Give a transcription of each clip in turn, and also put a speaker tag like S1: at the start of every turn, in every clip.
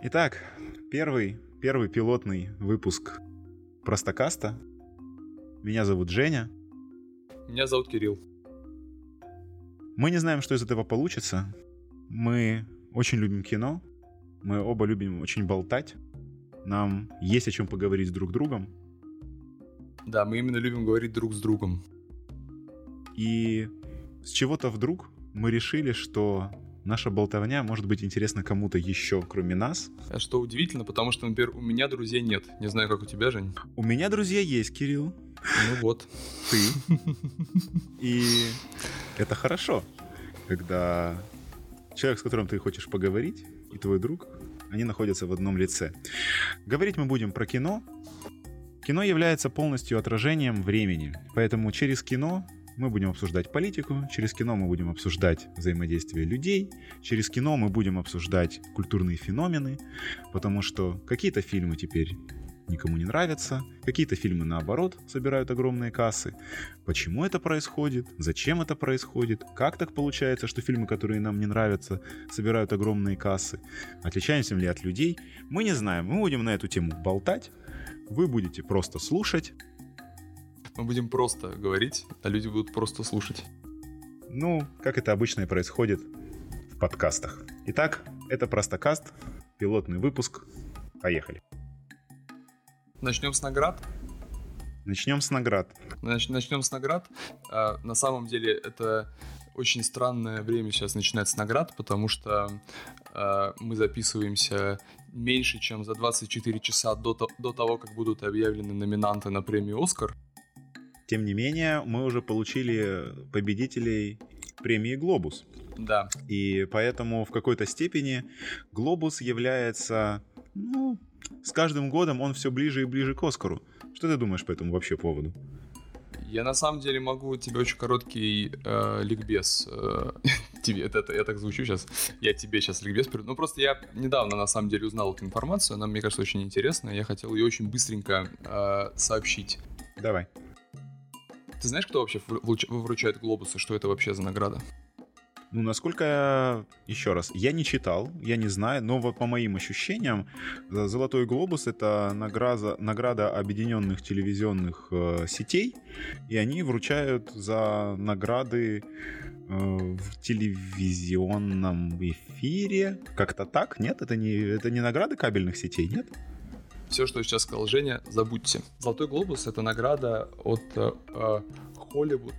S1: Итак, первый пилотный выпуск Простокаста. Меня зовут Женя.
S2: Меня зовут Кирилл.
S1: Мы не знаем, что из этого получится. Мы очень любим кино. Мы оба любим очень болтать. Нам есть о чем поговорить с друг другом.
S2: Да, мы именно любим говорить друг с другом.
S1: И с чего-то вдруг мы решили, что наша болтовня может быть интересна кому-то еще, кроме нас.
S2: Что удивительно, потому что, например, у меня друзей нет. Не знаю, как у тебя, Жень.
S1: У меня друзья есть, Кирилл.
S2: Ну вот.
S1: Ты. И это хорошо, когда человек, с которым ты хочешь поговорить, и твой друг, они находятся в одном лице. Говорить мы будем про кино. Кино является полностью отражением времени, поэтому через кино мы будем обсуждать политику, через кино мы будем обсуждать взаимодействие людей, через кино мы будем обсуждать культурные феномены, потому что какие-то фильмы теперь никому не нравятся, какие-то фильмы, наоборот, собирают огромные кассы. Почему это происходит? Зачем это происходит? Как так получается, что фильмы, которые нам не нравятся, собирают огромные кассы? Отличаемся ли от людей? Мы не знаем. Мы будем на эту тему болтать. Вы будете просто слушать.
S2: Мы будем просто говорить, а люди будут просто слушать.
S1: Ну, как это обычно и происходит в подкастах. Итак, это Простокаст, пилотный выпуск. Поехали.
S2: Начнем с наград.
S1: Начнем с наград.
S2: Начнем с наград. На самом деле это очень странное время сейчас начинать с наград, потому что мы записываемся меньше, чем за 24 часа до того, как будут объявлены номинанты на премию «Оскар».
S1: Тем не менее, мы уже получили победителей премии «Глобус».
S2: Да.
S1: И поэтому в какой-то степени «Глобус» является, с каждым годом он все ближе и ближе к «Оскару». Что ты думаешь по этому вообще поводу?
S2: Я на самом деле могу тебе очень короткий ликбез. Я так звучу сейчас. Я тебе сейчас ликбез передаю. Ну, просто я недавно, на самом деле, узнал эту информацию. Она, мне кажется, очень интересная. Я хотел ее очень быстренько сообщить.
S1: Давай.
S2: Ты знаешь, кто вообще вручает глобусы? Что это вообще за награда?
S1: Ну, насколько еще раз, я не читал, я не знаю, но вот по моим ощущениям, «Золотой глобус» — это награда объединенных телевизионных сетей, и они вручают за награды в телевизионном эфире. Как-то так? Нет? Это не награды кабельных сетей, нет?
S2: Все, что сейчас сказал Женя, забудьте. «Золотой глобус» — это награда от Hollywood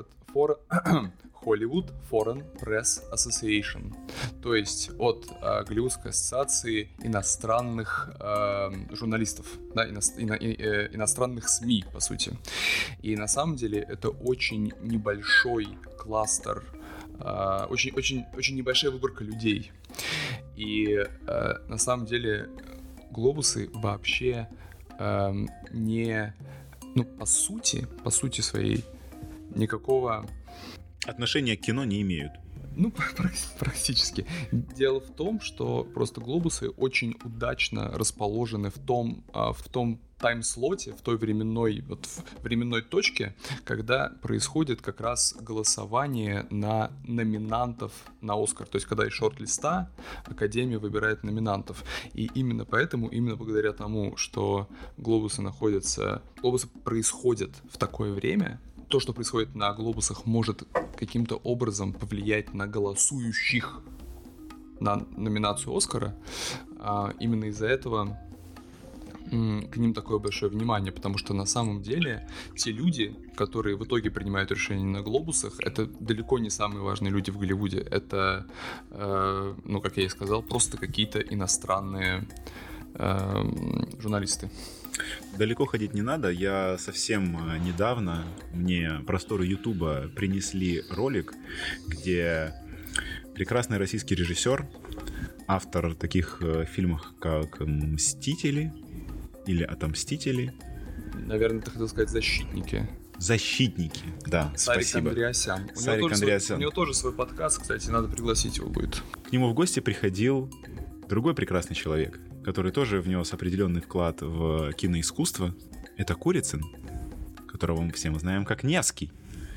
S2: Foreign Press Association, то есть от Голливудской ассоциации иностранных журналистов, да, иностранных СМИ, по сути. И на самом деле это очень небольшой кластер, очень небольшая выборка людей. И на самом деле глобусы вообще не, по сути своей, никакого
S1: отношения к кино не имеют.
S2: Практически. Дело в том, что просто глобусы очень удачно расположены в том тайм-слоте, в той временной точке, когда происходит как раз голосование на номинантов на «Оскар». То есть, когда из шорт-листа Академия выбирает номинантов. И именно поэтому, именно благодаря тому, что глобусы происходят в такое время, то, что происходит на глобусах, может каким-то образом повлиять на голосующих на номинацию «Оскара». Именно из-за этого к ним такое большое внимание, потому что на самом деле те люди, которые в итоге принимают решения на глобусах, это далеко не самые важные люди в Голливуде. Это, как я и сказал, просто какие-то иностранные журналисты.
S1: Далеко ходить не надо. Я совсем недавно, мне просторы Ютуба принесли ролик, где прекрасный российский режиссер, автор таких фильмов, как «Мстители» или «Отомстители».
S2: Наверное, ты хотел сказать «Защитники».
S1: «Защитники», да,
S2: Сарик
S1: спасибо.
S2: Андреасян. У него тоже свой подкаст, кстати, надо пригласить его будет.
S1: К нему в гости приходил другой прекрасный человек, который тоже внес определенный вклад в киноискусство. Это Курицын, которого мы всем знаем как Невский.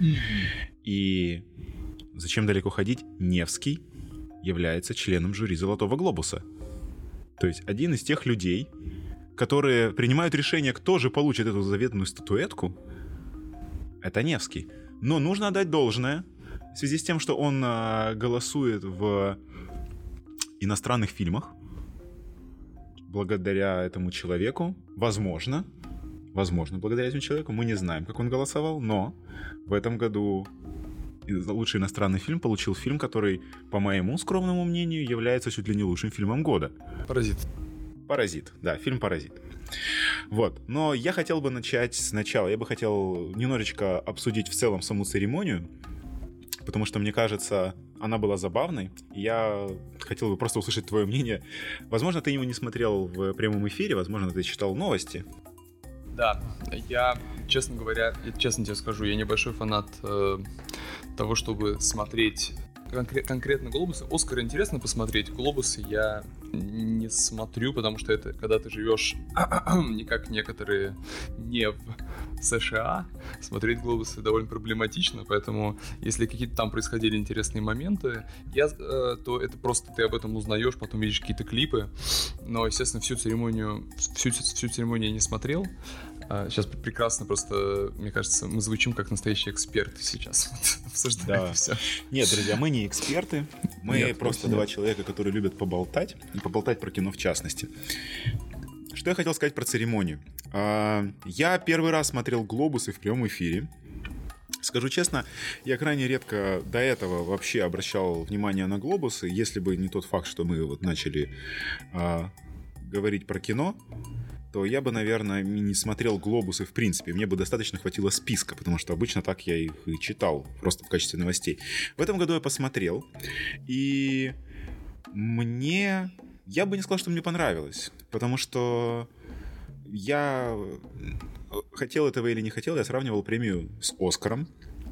S1: И зачем далеко ходить? Невский является членом жюри «Золотого глобуса». То есть один из тех людей, которые принимают решение, кто же получит эту заветную статуэтку, это Невский. Но нужно отдать должное в связи с тем, что он голосует в иностранных фильмах. Благодаря этому человеку, возможно, благодаря этому человеку, мы не знаем, как он голосовал, но в этом году лучший иностранный фильм получил фильм, который, по моему скромному мнению, является чуть ли не лучшим фильмом года. «Паразит», да, фильм «Паразит». Вот, но я хотел бы начать сначала. Я бы хотел немножечко обсудить в целом саму церемонию, потому что, мне кажется, она была забавной. Я хотел бы просто услышать твое мнение. Возможно, ты его не смотрел в прямом эфире, возможно, ты читал новости.
S2: Да, я, честно говоря, честно тебе скажу, я небольшой фанат того, чтобы смотреть конкретно «Глобусы». «Оскар» интересно посмотреть, «Глобусы» я не смотрю, потому что это, когда ты живешь не как некоторые не в США, смотреть «Глобусы» довольно проблематично, поэтому если какие-то там происходили интересные моменты, то это просто ты об этом узнаешь, потом видишь какие-то клипы, но, естественно, всю церемонию я не смотрел. Сейчас прекрасно просто, мне кажется, мы звучим как настоящие эксперты сейчас. Обсуждаем это все.
S1: Нет, друзья, мы не эксперты. Мы просто два человека, которые любят поболтать. И поболтать про кино в частности. Что я хотел сказать про церемонию. Я первый раз смотрел «Глобусы» в прямом эфире. Скажу честно, я крайне редко до этого вообще обращал внимание на «Глобусы», если бы не тот факт, что мы вот начали говорить про кино, то я бы, наверное, не смотрел «Глобусы» в принципе. Мне бы достаточно хватило списка, потому что обычно так я их и читал, просто в качестве новостей. В этом году я посмотрел, и я бы не сказал, что мне понравилось, потому что я хотел этого или не хотел, я сравнивал премию с «Оскаром».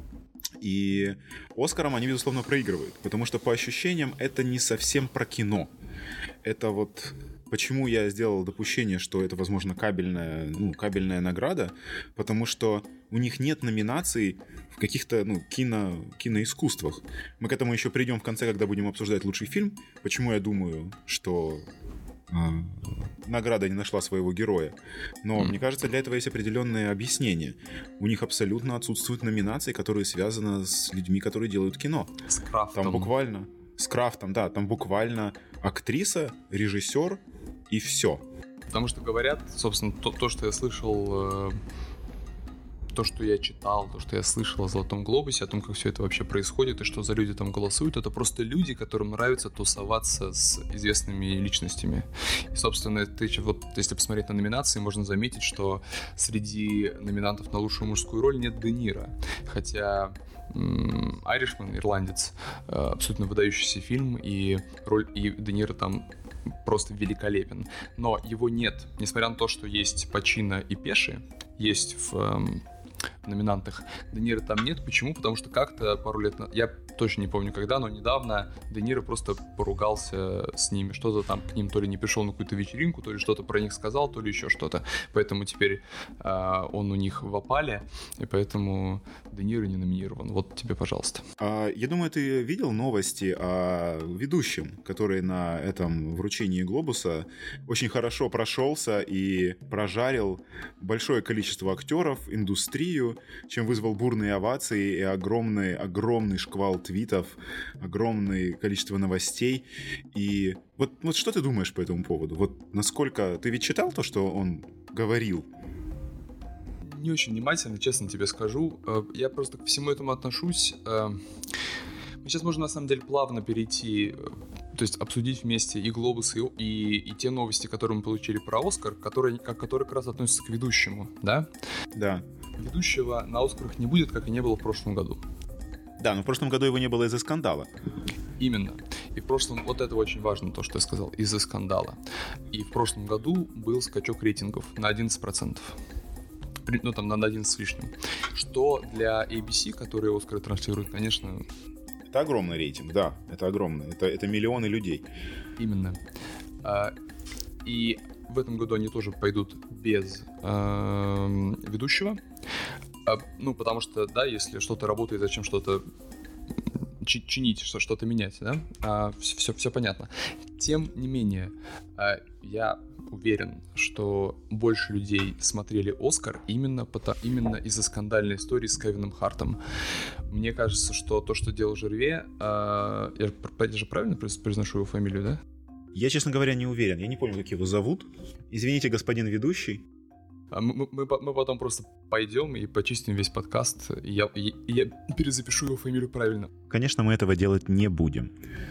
S1: И «Оскаром» они, безусловно, проигрывают, потому что по ощущениям это не совсем про кино. Это вот... Почему я сделал допущение, что это, возможно, кабельная награда? Потому что у них нет номинаций в каких-то киноискусствах. Мы к этому еще придем в конце, когда будем обсуждать лучший фильм. Почему я думаю, что награда не нашла своего героя. Но мне кажется, для этого есть определенные объяснения. У них абсолютно отсутствуют номинации, которые связаны с людьми, которые делают кино.
S2: С крафтом.
S1: Там буквально... С крафтом, да. Там буквально актриса, режиссер и все.
S2: Потому что говорят, собственно, то, что я слышал, то, что я читал, то, что я слышал о «Золотом глобусе», о том, как все это вообще происходит и что за люди там голосуют, это просто люди, которым нравится тусоваться с известными личностями. И, собственно, если посмотреть на номинации, можно заметить, что среди номинантов на лучшую мужскую роль нет Де Ниро. Хотя «Айришман», ирландец, абсолютно выдающийся фильм, и Де Ниро там просто великолепен. Но его нет, несмотря на то, что есть Пачино и Пеши, есть в номинантах. Де Ниро там нет. Почему? Потому что как-то пару лет назад, я точно не помню когда, но недавно Де Ниро просто поругался с ними. Что-то там к ним то ли не пришел на какую-то вечеринку, то ли что-то про них сказал, то ли еще что-то. Поэтому теперь он у них в опале, и поэтому Де Ниро не номинирован. Вот тебе, пожалуйста.
S1: Я думаю, ты видел новости о ведущем, который на этом вручении «Глобуса» очень хорошо прошелся и прожарил большое количество актеров, индустрию, чем вызвал бурные овации и огромный шквал твитов, огромное количество новостей. И вот что ты думаешь по этому поводу? Вот насколько... Ты ведь читал то, что он говорил?
S2: Не очень внимательно, честно тебе скажу. Я просто ко всему этому отношусь. Мы сейчас можем, на самом деле, плавно перейти, то есть обсудить вместе и «Глобусы», и те новости, которые мы получили про «Оскар», которые как раз относятся к ведущему, да?
S1: Да.
S2: Ведущего на «Оскарах» не будет, как и не было в прошлом году.
S1: Да, но в прошлом году его не было из-за скандала.
S2: Именно. И в прошлом, вот это очень важно, то, что я сказал, из-за скандала. И в прошлом году был скачок рейтингов на 11%. Ну, там, на 11 с лишним. Что для ABC, которые «Оскары» транслируют, конечно...
S1: Это огромный рейтинг, да. Это огромный. Это миллионы людей.
S2: Именно. И в этом году они тоже пойдут без ведущего. Ну, потому что, да, если что-то работает, зачем что-то чинить, что-то менять, да? Все понятно. Тем не менее, я уверен, что больше людей смотрели «Оскар» именно из-за скандальной истории с Кевином Хартом. Мне кажется, что то, что делал Жерве... Я же правильно произношу его фамилию, да?
S1: Я, честно говоря, не уверен. Я не помню, как его зовут. Извините, господин ведущий.
S2: Мы потом просто пойдем и почистим весь подкаст, и я перезапишу его фамилию правильно.
S1: Конечно, мы этого делать не будем.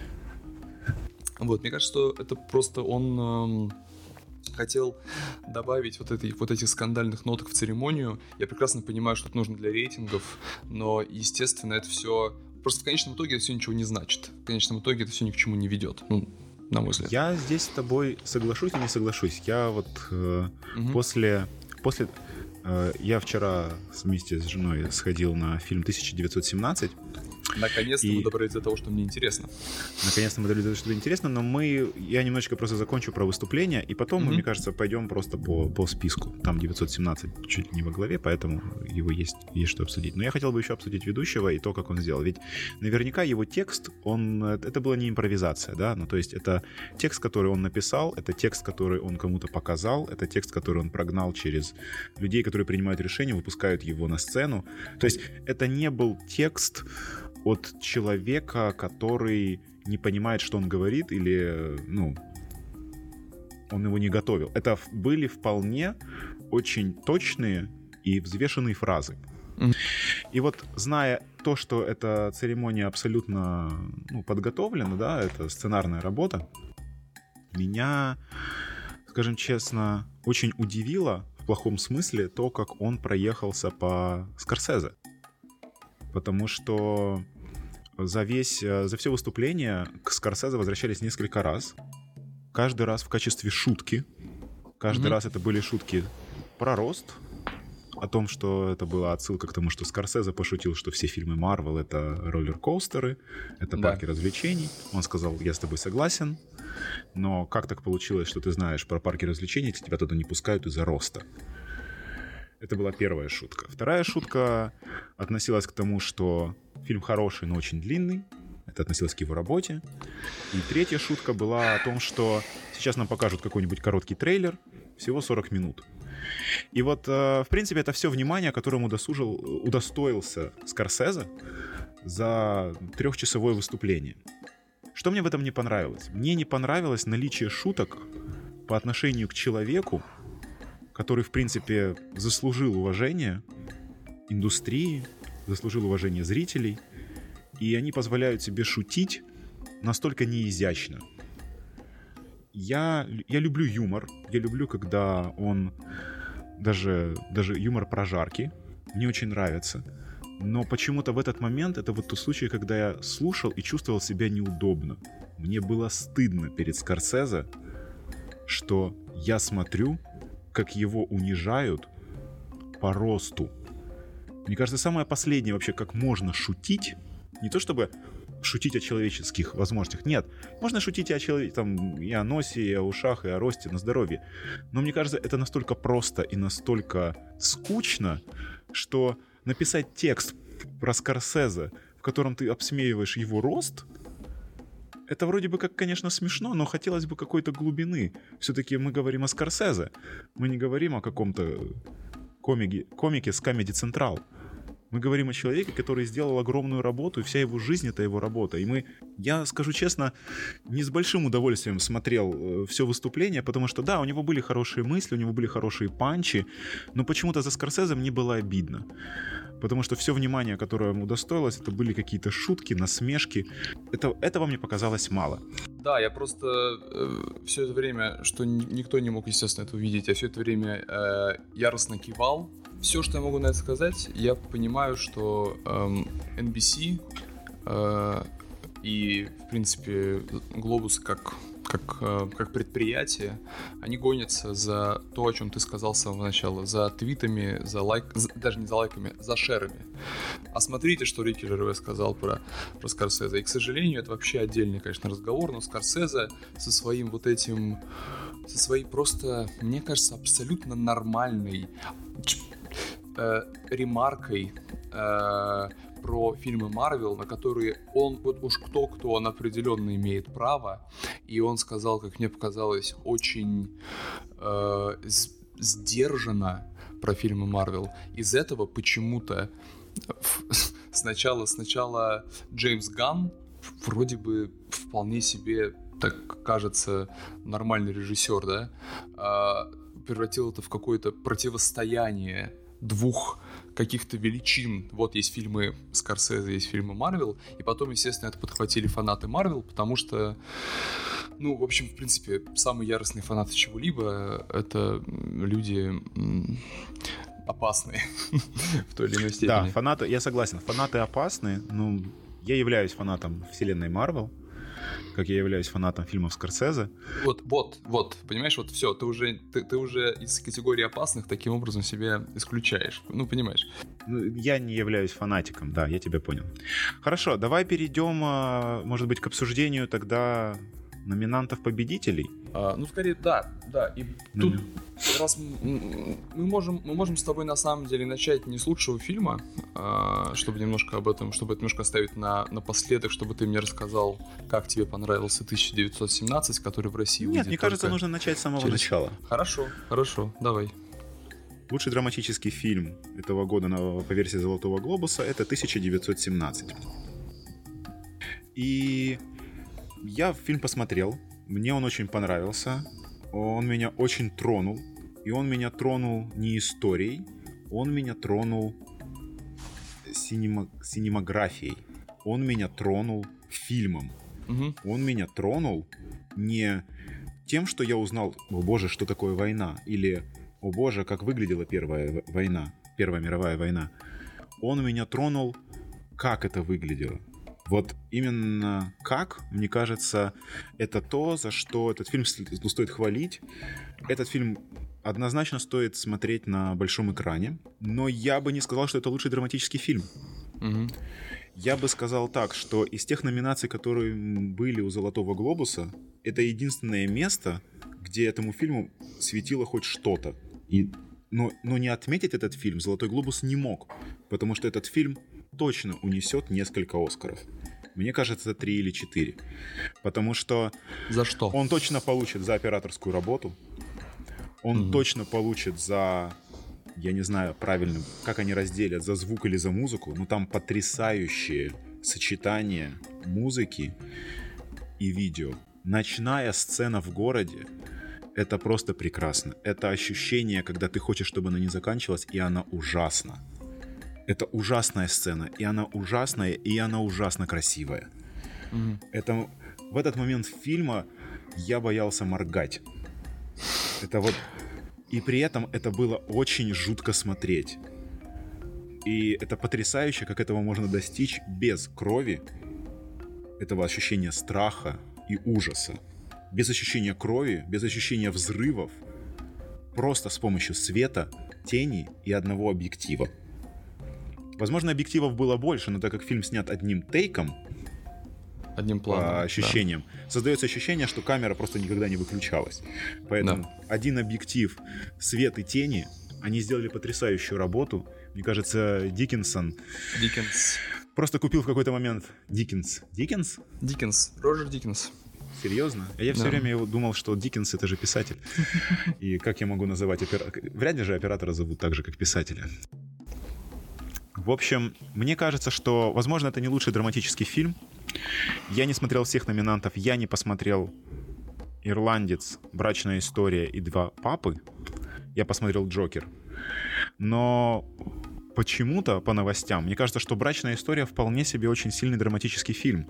S2: Вот, мне кажется, что это просто он хотел добавить вот этих скандальных ноток в церемонию. Я прекрасно понимаю, что это нужно для рейтингов, но, естественно, это все... Просто в конечном итоге это все ничего не значит. В конечном итоге это все ни к чему не ведет. Ну, на мой взгляд.
S1: Я здесь с тобой соглашусь и не соглашусь. Я вот после я вчера вместе с женой сходил на фильм 1917.
S2: Наконец-то мы добрались до того, что мне интересно.
S1: Наконец-то мы добрались до того, что интересно, но я немножечко просто закончу про выступление, и потом мы, мне кажется, пойдем просто по списку. Там 917 чуть ли не во главе, поэтому его есть что обсудить. Но я хотел бы еще обсудить ведущего и то, как он сделал. Ведь наверняка его текст, это была не импровизация, да? Ну, то есть это текст, который он написал, это текст, который он кому-то показал, это текст, который он прогнал через людей, которые принимают решения, выпускают его на сцену. То есть это не был текст от человека, который не понимает, что он говорит, или, он его не готовил. Это были вполне очень точные и взвешенные фразы. И вот, зная то, что эта церемония абсолютно подготовлена, да, это сценарная работа, меня, скажем честно, очень удивило в плохом смысле то, как он проехался по Скорсезе. Потому что за все выступление к Скорсезе возвращались несколько раз. Каждый раз в качестве шутки. Каждый раз это были шутки про рост. О том, что это была отсылка к тому, что Скорсезе пошутил, что все фильмы Марвел — это роллер-коустеры, это парки развлечений. Он сказал: я с тобой согласен, но как так получилось, что ты знаешь про парки развлечений, если тебя туда не пускают из-за роста? Это была первая шутка. Вторая шутка относилась к тому, что фильм хороший, но очень длинный. Это относилось к его работе. И третья шутка была о том, что сейчас нам покажут какой-нибудь короткий трейлер, всего 40 минут. И вот, в принципе, это все внимание, которым удостоился Скорсезе за 3-часовое выступление. Что мне в этом не понравилось? Мне не понравилось наличие шуток по отношению к человеку, который, в принципе, заслужил уважение индустрии, заслужил уважение зрителей, и они позволяют себе шутить настолько неизящно. Я люблю юмор, я люблю, когда он даже юмор прожарки, мне очень нравится, но почему-то в этот момент это вот тот случай, когда я слушал и чувствовал себя неудобно. Мне было стыдно перед Скорсезе, что я смотрю, как его унижают по росту. Мне кажется, самое последнее вообще, как можно шутить, не то чтобы шутить о человеческих возможностях, нет, можно шутить и о носе, и о ушах, и о росте, на здоровье, но мне кажется, это настолько просто и настолько скучно, что написать текст про Скорсезе, в котором ты обсмеиваешь его рост, это вроде бы как, конечно, смешно, но хотелось бы какой-то глубины. Все-таки мы говорим о Скорсезе. Мы не говорим о каком-то комике с Comedy Central. Мы говорим о человеке, который сделал огромную работу, и вся его жизнь — это его работа. И я скажу честно, не с большим удовольствием смотрел все выступление, потому что, да, у него были хорошие мысли, у него были хорошие панчи, но почему-то за Скорсезе мне было обидно. Потому что все внимание, которое ему удостоилось, это были какие-то шутки, насмешки. Этого мне показалось мало.
S2: Да, я просто все это время, что никто не мог, естественно, это увидеть, я все это время яростно кивал. Все, что я могу на это сказать, я понимаю, что NBC и, в принципе, Глобус как предприятие, они гонятся за то, о чем ты сказал с самого начала, за твитами, даже не за лайками, за шерами. А смотрите, что Рики Жерве сказал про Скорсезе. И, к сожалению, это вообще отдельный, конечно, разговор, но Скорсезе со своей просто, мне кажется, абсолютно нормальной ремаркой про фильмы Марвел, на которые он, вот уж кто, он определенно имеет право, и он сказал, как мне показалось, очень сдержанно про фильмы Марвел. Из этого почему-то сначала Джеймс Ганн вроде бы вполне себе, так кажется, нормальный режиссер, да, превратил это в какое-то противостояние двух каких-то величин. Вот есть фильмы Скорсезе, есть фильмы Марвел, и потом, естественно, это подхватили фанаты Марвел, потому что, ну, в общем, в принципе, самые яростные фанаты чего-либо — это люди опасные в той или иной степени.
S1: Да, фанаты, я согласен, фанаты опасны. Ну, я являюсь фанатом вселенной Марвел, как я являюсь фанатом фильмов Скорсезе.
S2: Вот, понимаешь, вот все, ты уже из категории опасных таким образом себя исключаешь. Ну, понимаешь.
S1: Я не являюсь фанатиком, да, я тебя понял. Хорошо, давай перейдем, может быть, к обсуждению тогда номинантов-победителей.
S2: Ну, скорее, да. И тут раз мы можем с тобой на самом деле начать не с лучшего фильма, чтобы немножко об этом, чтобы это немножко оставить напоследок, чтобы ты мне рассказал, как тебе понравился 1917, который в России выйдет.
S1: Нет, мне кажется, нужно начать с самого начала.
S2: Хорошо, давай.
S1: Лучший драматический фильм этого года по версии «Золотого глобуса» — это 1917. И я фильм посмотрел, мне он очень понравился, он меня очень тронул, и он меня тронул не историей, он меня тронул синематографией, он меня тронул фильмом, он меня тронул не тем, что я узнал, о боже, что такое война, или о боже, как выглядела Первая мировая война, он меня тронул, как это выглядело. Вот именно как, мне кажется, это то, за что этот фильм стоит хвалить. Этот фильм однозначно стоит смотреть на большом экране, но я бы не сказал, что это лучший драматический фильм. Я бы сказал так, что из тех номинаций, которые были у «Золотого глобуса», это единственное место, где этому фильму светило хоть что-то. Но не отметить этот фильм «Золотой глобус» не мог, потому что этот фильм точно унесет несколько Оскаров. Мне кажется, 3 или 4. Потому что...
S2: За что?
S1: Он точно получит за операторскую работу. Он точно получит за... Я не знаю, правильно, как они разделят, за звук или за музыку. Но там потрясающее сочетание музыки и видео. Ночная сцена в городе. Это просто прекрасно. Это ощущение, когда ты хочешь, чтобы она не заканчивалась, и она ужасна. Это ужасная сцена, и она ужасная, и она ужасно красивая. Это, в этот момент фильма я боялся моргать. Это вот... И при этом это было очень жутко смотреть. И это потрясающе, как этого можно достичь без крови, этого ощущения страха и ужаса. Без ощущения крови, без ощущения взрывов. Просто с помощью света, тени и одного объектива. Возможно, объективов было больше, но так как фильм снят одним тейком,
S2: одним планом,
S1: по ощущениям, создается ощущение, что камера просто никогда не выключалась. Поэтому один объектив, свет и тени, они сделали потрясающую работу. Мне кажется, Диккенс просто купил в какой-то момент Диккенс,
S2: Роджер Диккенс.
S1: Серьезно? А я все время думал, что Диккенс — это же писатель. И как я могу называть оператора? Вряд ли же оператора зовут так же, как писателя. В общем, мне кажется, что, возможно, это не лучший драматический фильм. Я не смотрел всех номинантов. Я не посмотрел «Ирландец», «Брачная история» и «Два папы». Я посмотрел «Джокер». Но почему-то, по новостям, мне кажется, что «Брачная история» вполне себе очень сильный драматический фильм.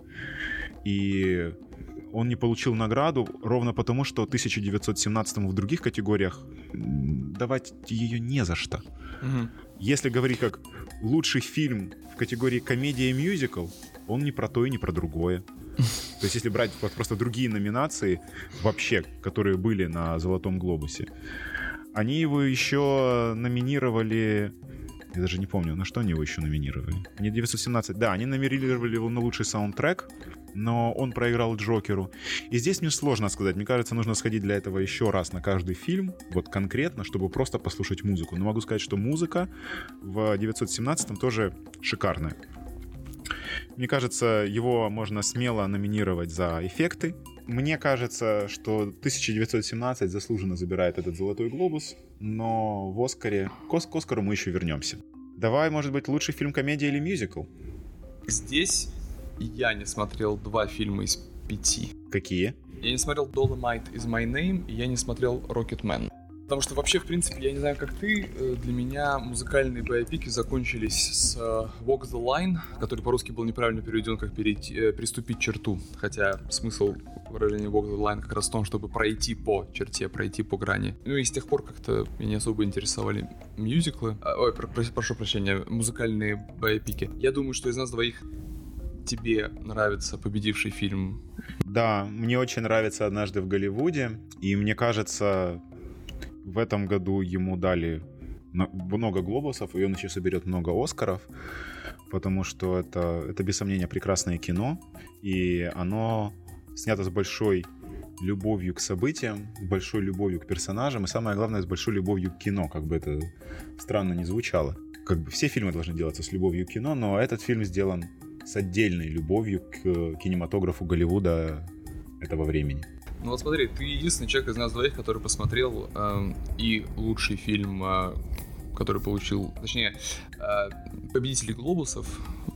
S1: И он не получил награду ровно потому, что 1917 в других категориях давать ее не за что. Если говорить как лучший фильм в категории комедия и мюзикл, он не про то и не про другое. То есть если брать просто другие номинации вообще, которые были на «Золотом глобусе», они его еще номинировали... Я даже не помню, на что они его еще номинировали. Не 917, да, они номинировали его на лучший саундтрек, но он проиграл Джокеру. И здесь мне сложно сказать. Мне кажется, нужно сходить для этого еще раз на каждый фильм, вот конкретно, чтобы просто послушать музыку. Но могу сказать, что музыка в 917 тоже шикарная. Мне кажется, его можно смело номинировать за эффекты. Мне кажется, что 1917 заслуженно забирает этот «Золотой глобус», но в Оскаре... К Оскару мы еще вернемся. Давай, может быть, лучший фильм, комедия или мюзикл?
S2: Здесь я не смотрел 2 фильма из 5.
S1: Какие?
S2: Я не смотрел Dolomite is My Name, и я не смотрел Rocketman. Потому что вообще, в принципе, я не знаю, как ты, для меня музыкальные боепики закончились с Walk the Line, который по-русски был неправильно переведен как «Приступить черту». Хотя смысл выражения Walk the Line как раз в том, чтобы пройти по черте, пройти по грани. Ну и с тех пор как-то меня не особо интересовали мюзиклы. Прошу прощения, музыкальные боепики. Я думаю, что из нас двоих тебе нравится победивший фильм.
S1: Да, мне очень нравится «Однажды в Голливуде», и мне кажется... В этом году ему дали много глобусов, и он еще соберет много Оскаров, потому что это без сомнения прекрасное кино, и оно снято с большой любовью к событиям, с большой любовью к персонажам, и самое главное, с большой любовью к кино, как бы это странно ни звучало. Как бы все фильмы должны делаться с любовью к кино, но этот фильм сделан с отдельной любовью к кинематографу Голливуда этого времени.
S2: Ну вот смотри, ты единственный человек из нас двоих, который посмотрел и лучший фильм, который получил, точнее, победители глобусов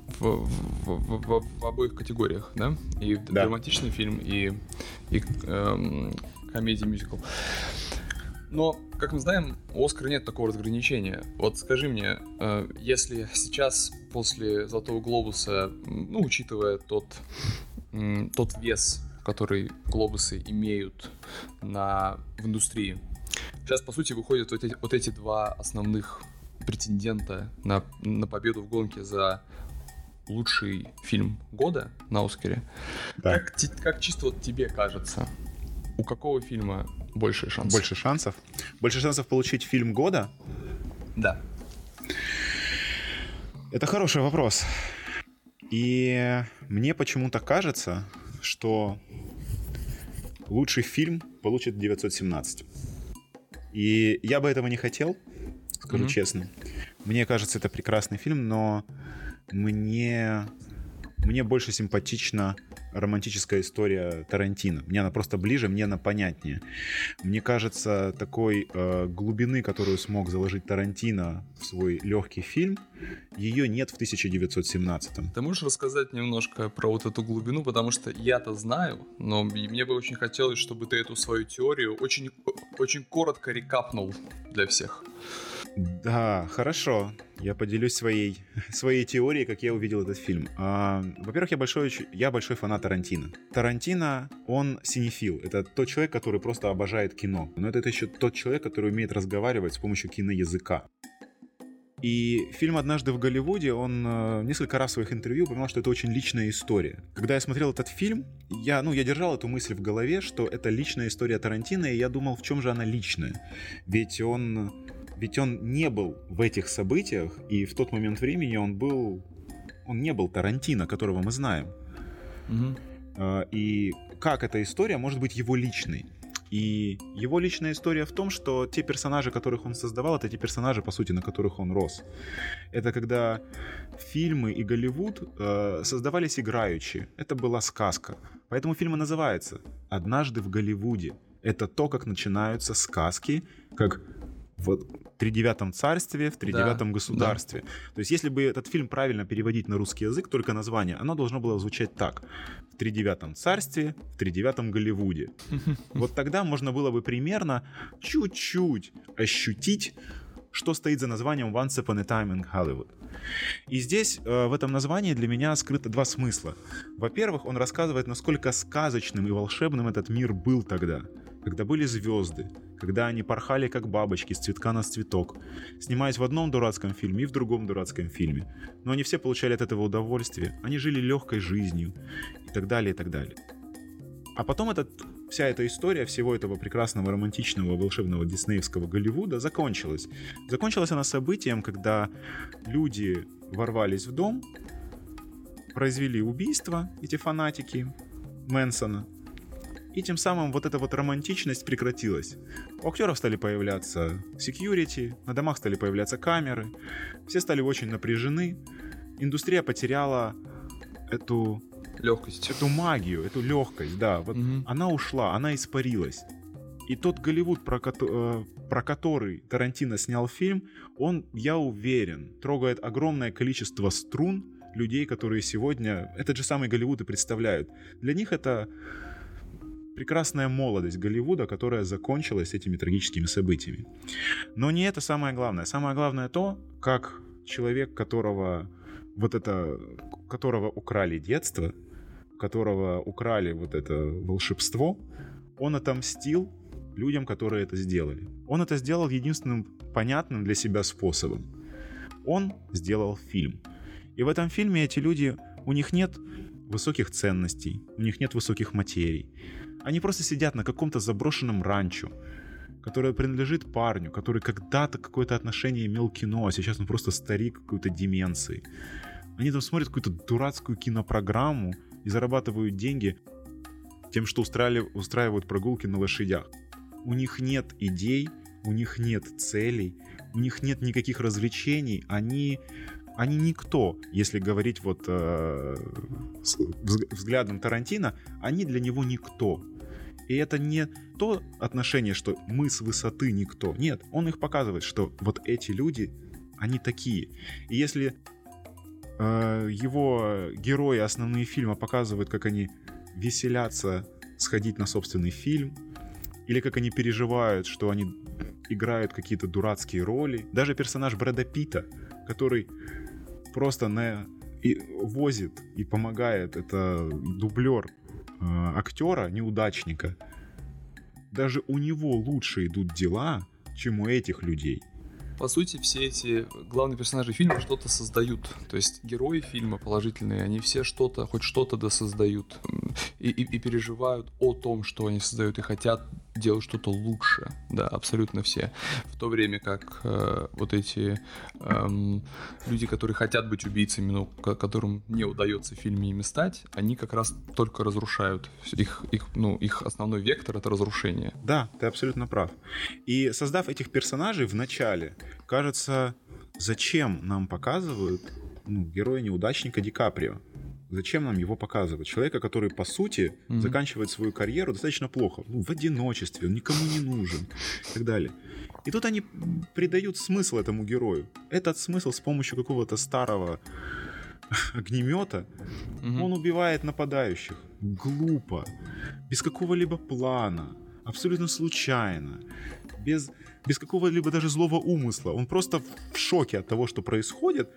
S2: в обоих категориях, да? И
S1: да.
S2: Драматичный фильм, и комедия-мюзикл. Но, как мы знаем, у Оскара нет такого разграничения. Вот скажи мне, если сейчас, после «Золотого глобуса», ну, учитывая тот вес, который глобусы имеют в индустрии. Сейчас, по сути, выходят вот эти 2 основных претендента на победу в гонке за лучший фильм года на Оскаре. Да. Как чисто вот тебе кажется, у какого фильма больше шансов?
S1: Больше шансов? Больше шансов получить фильм года?
S2: Да.
S1: Это хороший вопрос. И мне почему-то кажется, что лучший фильм получит 917. И я бы этого не хотел, скажу честно. Мне кажется, это прекрасный фильм, но мне больше симпатична романтическая история Тарантино. Мне она просто ближе, мне она понятнее. Мне кажется, такой глубины, которую смог заложить Тарантино в свой легкий фильм, ее нет в 1917.
S2: Ты можешь рассказать немножко про вот эту глубину, потому что я-то знаю, но мне бы очень хотелось, чтобы ты эту свою теорию очень, очень коротко рекапнул для всех.
S1: Да, хорошо. Я поделюсь своей теорией, как я увидел этот фильм. Во-первых, я большой фанат Тарантино. Тарантино, он синефил. Это тот человек, который просто обожает кино. Но это еще тот человек, который умеет разговаривать с помощью киноязыка. И фильм «Однажды в Голливуде», он несколько раз в своих интервью упоминал, что это очень личная история. Когда я смотрел этот фильм, я держал эту мысль в голове, что это личная история Тарантино, и я думал, в чем же она личная. Ведь он не был в этих событиях, и в тот момент времени он не был Тарантино, которого мы знаем. И как эта история может быть его личной? И его личная история в том, что те персонажи, которых он создавал, это те персонажи, по сути, на которых он рос. Это когда фильмы и Голливуд создавались играючи. Это была сказка. Поэтому фильм и называется «Однажды в Голливуде». Это то, как начинаются сказки, как в тридевятом царстве, в тридевятом государстве. Да. То есть, если бы этот фильм правильно переводить на русский язык, только название, оно должно было звучать так: в тридевятом царстве, в тридевятом Голливуде. Вот тогда можно было бы примерно чуть-чуть ощутить, что стоит за названием Once Upon a Time in Hollywood. И здесь, в этом названии, для меня скрыто два смысла. Во-первых, он рассказывает, насколько сказочным и волшебным этот мир был тогда, когда были звезды, когда они порхали как бабочки с цветка на цветок, снимаясь в одном дурацком фильме и в другом дурацком фильме. Но они все получали от этого удовольствие, они жили легкой жизнью и так далее, и так далее. А потом вся эта история всего этого прекрасного, романтичного, волшебного диснеевского Голливуда закончилась. Закончилась она событием, когда люди ворвались в дом, произвели убийство, эти фанатики Мэнсона, и тем самым вот эта вот романтичность прекратилась. У актеров стали появляться секьюрити, на домах стали появляться камеры, все стали очень напряжены, индустрия потеряла эту
S2: легкость,
S1: эту магию, эту легкость, да. Вот она ушла, она испарилась. И тот Голливуд, про который Тарантино снял фильм, он, я уверен, трогает огромное количество струн людей, которые сегодня этот же самый Голливуд и представляют. Для них это прекрасная молодость Голливуда, которая закончилась этими трагическими событиями. Но не это самое главное. Самое главное то, как человек, которого украли детство, которого украли вот это волшебство, он отомстил людям, которые это сделали. Он это сделал единственным понятным для себя способом. Он сделал фильм. И в этом фильме эти люди, у них нет высоких ценностей, у них нет высоких материй. Они просто сидят на каком-то заброшенном ранчо, которое принадлежит парню, который когда-то какое-то отношение имел к кино, а сейчас он просто старик какой-то деменции. Они там смотрят какую-то дурацкую кинопрограмму и зарабатывают деньги тем, что устраивают прогулки на лошадях. У них нет идей, у них нет целей, у них нет никаких развлечений, они никто, если говорить вот взглядом Тарантино, они для него никто. И это не то отношение, что мы с высоты никто. Нет, он их показывает, что вот эти люди, они такие. И если его герои основные фильма показывают, как они веселятся сходить на собственный фильм, или как они переживают, что они играют какие-то дурацкие роли. Даже персонаж Брэда Питта, который просто возит и помогает, это дублер актера, неудачника. Даже у него лучше идут дела, чем у этих людей.
S2: По сути, все эти главные персонажи фильма что-то создают. То есть герои фильма положительные, они все хоть что-то досоздают. И переживают о том, что они создают, и хотят делать что-то лучше. Да, абсолютно все. В то время как вот эти люди, которые хотят быть убийцами, но которым не удается в фильме ими стать, они как раз только разрушают. Их основной вектор — это разрушение.
S1: Да, ты абсолютно прав. И создав этих персонажей в начале, кажется, зачем нам показывают героя-неудачника Ди Каприо? Зачем нам его показывать? Человека, который, по сути, заканчивает свою карьеру достаточно плохо. В одиночестве, он никому не нужен и так далее. И тут они придают смысл этому герою. Этот смысл с помощью какого-то старого огнемета он убивает нападающих. Глупо. Без какого-либо плана. Абсолютно случайно. Без какого-либо даже злого умысла. Он просто в шоке от того, что происходит.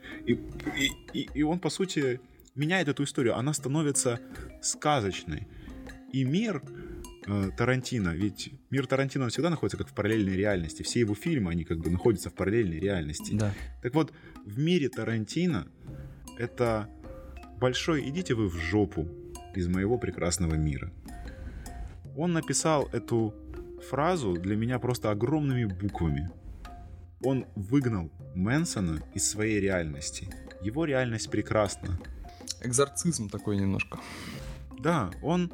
S1: И он, по сути, меняет эту историю. Она становится сказочной. И мир Тарантино, ведь мир Тарантино всегда находится как в параллельной реальности. Все его фильмы, они как бы находятся в параллельной реальности.
S2: Да.
S1: Так вот, в мире Тарантино это большой «идите вы в жопу» из моего прекрасного мира. Он написал эту фразу для меня просто огромными буквами. Он выгнал Мэнсона из своей реальности. Его реальность прекрасна.
S2: Экзорцизм такой немножко.
S1: Да, он,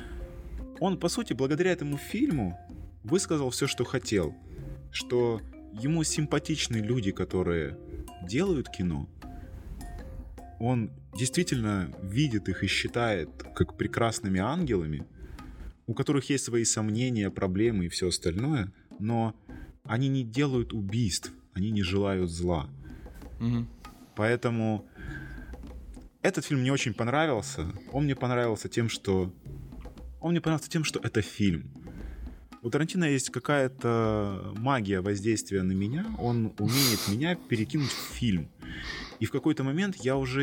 S1: по сути, благодаря этому фильму высказал все, что хотел. Что ему симпатичны люди, которые делают кино. Он действительно видит их и считает как прекрасными ангелами, у которых есть свои сомнения, проблемы и все остальное, но они не делают убийств, они не желают зла. Поэтому этот фильм мне очень понравился. Он мне понравился тем, что это фильм. У Тарантино есть какая-то магия воздействия на меня. Он умеет меня перекинуть в фильм. И в какой-то момент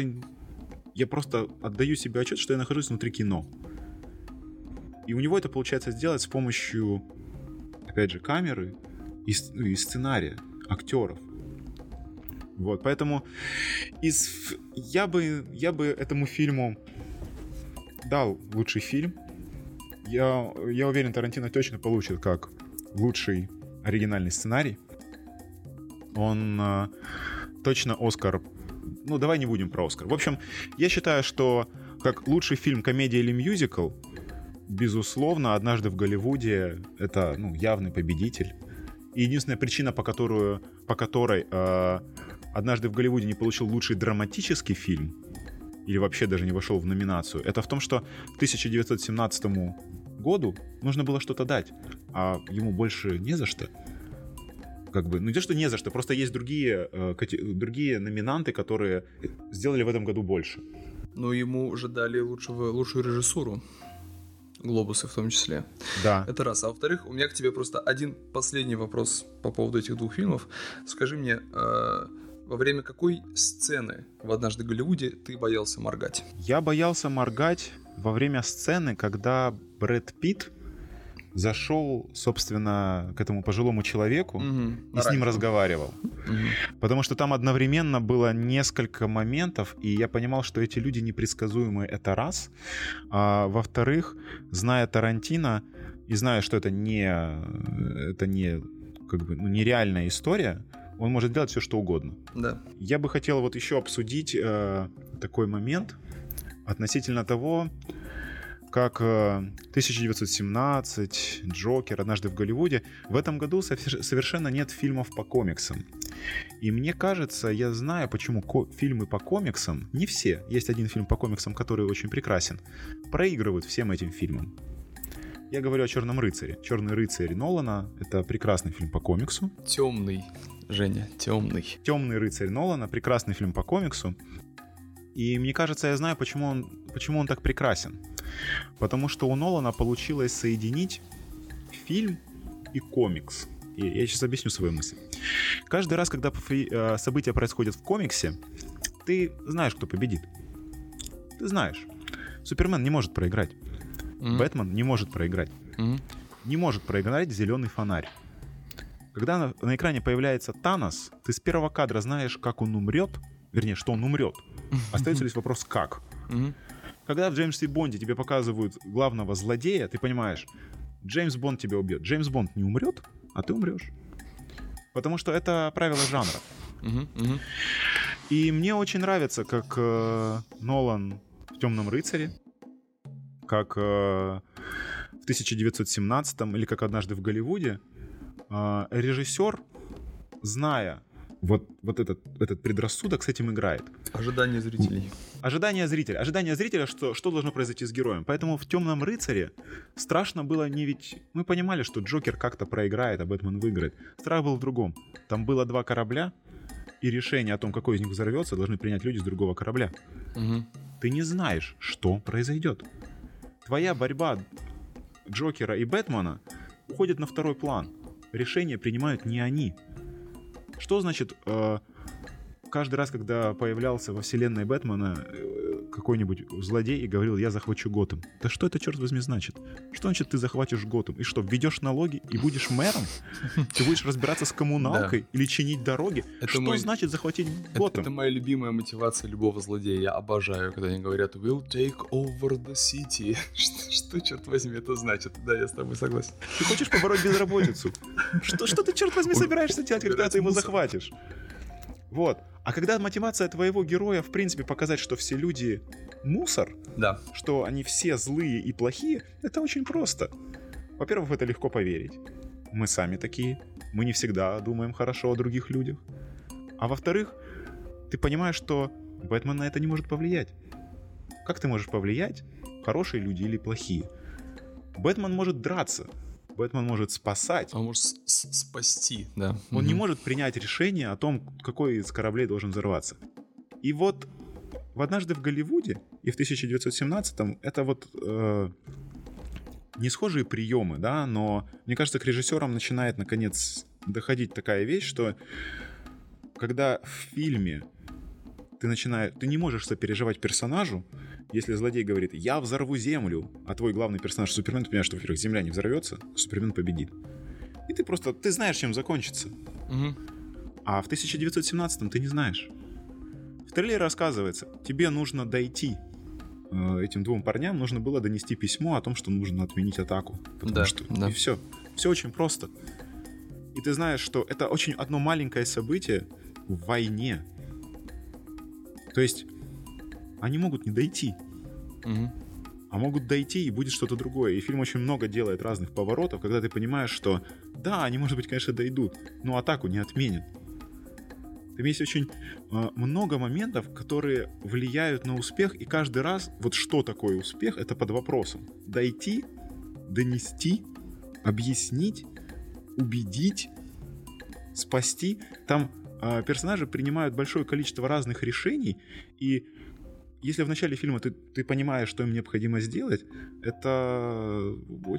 S1: я просто отдаю себе отчет, что я нахожусь внутри кино. И у него это получается сделать с помощью, опять же, камеры и сценария, актеров. Вот, поэтому я бы этому фильму дал лучший фильм. Я уверен, Тарантино точно получит как лучший оригинальный сценарий. Он точно Оскар. Ну, давай не будем про Оскар. В общем, я считаю, что как лучший фильм, комедия или мюзикл, безусловно, «Однажды в Голливуде» — это явный победитель. И единственная причина, по которой «Однажды в Голливуде» не получил лучший драматический фильм, или вообще даже не вошел в номинацию, это в том, что к 1917 году нужно было что-то дать, а ему больше не за что. Как бы, ну не то, что не за что, просто есть другие номинанты, которые сделали в этом году больше.
S2: Ну, ему уже дали лучшую режиссуру. Глобусы в том числе.
S1: Да.
S2: Это раз. А во-вторых, у меня к тебе просто один последний вопрос по поводу этих двух фильмов. Скажи мне, во время какой сцены в «Однажды в Голливуде» ты боялся моргать?
S1: Я боялся моргать во время сцены, когда Брэд Питт зашел, собственно, к этому пожилому человеку и с ним разговаривал. Потому что там одновременно было несколько моментов, и я понимал, что эти люди непредсказуемые, это раз. А во-вторых, зная Тарантино и зная, что это не как бы, нереальная история, он может делать все, что угодно.
S2: Да.
S1: Я бы хотел вот еще обсудить такой момент относительно того, как 1917, Джокер, «Однажды в Голливуде». В этом году совершенно нет фильмов по комиксам. И мне кажется, я знаю, почему фильмы по комиксам, не все, есть один фильм по комиксам, который очень прекрасен, проигрывают всем этим фильмам. Я говорю о «Черном рыцаре». «Черный рыцарь» Нолана — это прекрасный фильм по комиксу.
S2: Темный, Женя, темный.
S1: «Темный рыцарь» Нолана — прекрасный фильм по комиксу. И мне кажется, я знаю, почему он так прекрасен. Потому что у Нолана получилось соединить фильм и комикс. И я сейчас объясню свою мысль. Каждый раз, когда события происходят в комиксе, ты знаешь, кто победит. Ты знаешь. Супермен не может проиграть. Бэтмен не может проиграть. Не может проиграть зеленый фонарь. Когда на экране появляется Танос, ты с первого кадра знаешь, как он умрет. Вернее, что он умрет. Остается лишь вопрос, как. Когда в Джеймсе Бонде тебе показывают главного злодея, ты понимаешь, Джеймс Бонд тебя убьет. Джеймс Бонд не умрет, а ты умрешь. Потому что это правило жанра. И мне очень нравится, как Нолан в «Темном рыцаре», как в 1917 или как «Однажды в Голливуде», режиссер, зная вот этот предрассудок, с этим играет.
S2: Ожидание зрителей.
S1: Ожидание зрителя, что должно произойти с героем. Поэтому в «Темном рыцаре» страшно было не ведь... Мы понимали, что Джокер как-то проиграет, а Бэтмен выиграет. Страх был в другом. Там было 2 корабля, и решение о том, какой из них взорвется, должны принять люди с другого корабля. Ты не знаешь, что произойдет. Твоя борьба Джокера и Бэтмена уходит на второй план. Решения принимают не они. Что значит, каждый раз, когда появлялся во вселенной Бэтмена какой-нибудь злодей и говорил, я захвачу Готэм? Да что это, черт возьми, значит? Что значит, ты захватишь Готэм? И что, введешь налоги и будешь мэром? Ты будешь разбираться с коммуналкой или чинить дороги? Что значит захватить Готэм?
S2: Это моя любимая мотивация любого злодея. Я обожаю, когда они говорят «We'll take over the city». Что, черт возьми, это значит? Да, я с тобой согласен.
S1: Ты хочешь побороть безработицу? Что ты, черт возьми, собираешься делать, когда ты его захватишь? Вот. А когда мотивация твоего героя, в принципе, показать, что все люди мусор,
S2: да,
S1: что они все злые и плохие, это очень просто. Во-первых, в это легко поверить. Мы сами такие. Мы не всегда думаем хорошо о других людях. А во-вторых, ты понимаешь, что Бэтмен на это не может повлиять. Как ты можешь повлиять, хорошие люди или плохие? Бэтмен может драться. Бэтмен может спасать.
S2: Он может спасти, да.
S1: Он не может принять решение о том, какой из кораблей должен взорваться. И вот в «Однажды в Голливуде» и в 1917-м это вот не схожие приемы, да, но мне кажется, к режиссерам начинает наконец доходить такая вещь, что когда в фильме ты не можешь сопереживать персонажу, если злодей говорит «я взорву Землю», а твой главный персонаж Супермен, ты понимаешь, что, во-первых, Земля не взорвется, Супермен победит. И ты знаешь, чем закончится. А в 1917-м ты не знаешь. В трейлере рассказывается, тебе нужно дойти. Этим 2 парням нужно было донести письмо о том, что нужно отменить атаку. И все. Все очень просто. И ты знаешь, что это очень одно маленькое событие в войне. То есть они могут не дойти. А могут дойти, и будет что-то другое. И фильм очень много делает разных поворотов, когда ты понимаешь, что да, они, может быть, конечно, дойдут, но атаку не отменят. Ты Там есть очень много моментов, которые влияют на успех, и каждый раз вот что такое успех, это под вопросом. Дойти, донести, объяснить, убедить, спасти. Там персонажи принимают большое количество разных решений, и если в начале фильма ты понимаешь, что им необходимо сделать, это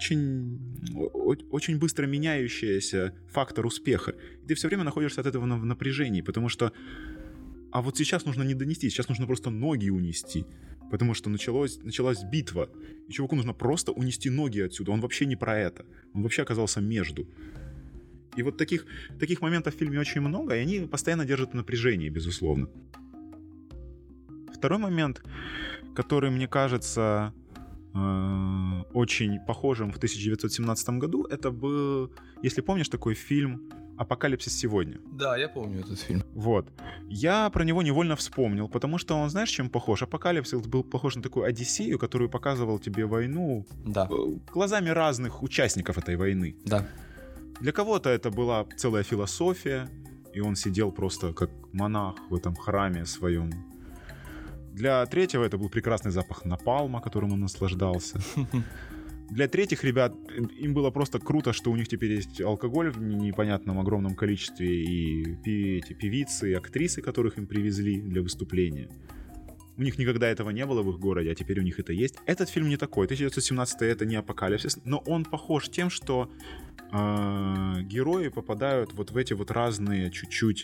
S1: очень быстро меняющийся фактор успеха. И ты все время находишься от этого в напряжении, потому что а вот сейчас нужно не донести, сейчас нужно просто ноги унести, потому что началась битва, и чуваку нужно просто унести ноги отсюда. Он вообще не про это, он вообще оказался между. И вот таких моментов в фильме очень много, и они постоянно держат напряжение, безусловно. Второй момент, который мне кажется очень похожим в 1917 году, это был, если помнишь, такой фильм «Апокалипсис сегодня».
S2: Да, я помню этот фильм.
S1: Вот. Я про него невольно вспомнил, потому что он, знаешь, чем похож? «Апокалипсис» был похож на такую Одиссею, которую показывал тебе войну глазами разных участников этой войны.
S2: Да.
S1: Для кого-то это была целая философия, и он сидел просто как монах в этом храме своем. Для третьего это был прекрасный запах напалма, которым он наслаждался. Для третьих ребят им было просто круто, что у них теперь есть алкоголь в непонятном огромном количестве, и эти певицы, и актрисы, которых им привезли для выступления. У них никогда этого не было в их городе, а теперь у них это есть. Этот фильм не такой. 1917 это не апокалипсис, но он похож тем, что герои попадают вот в эти вот разные чуть-чуть...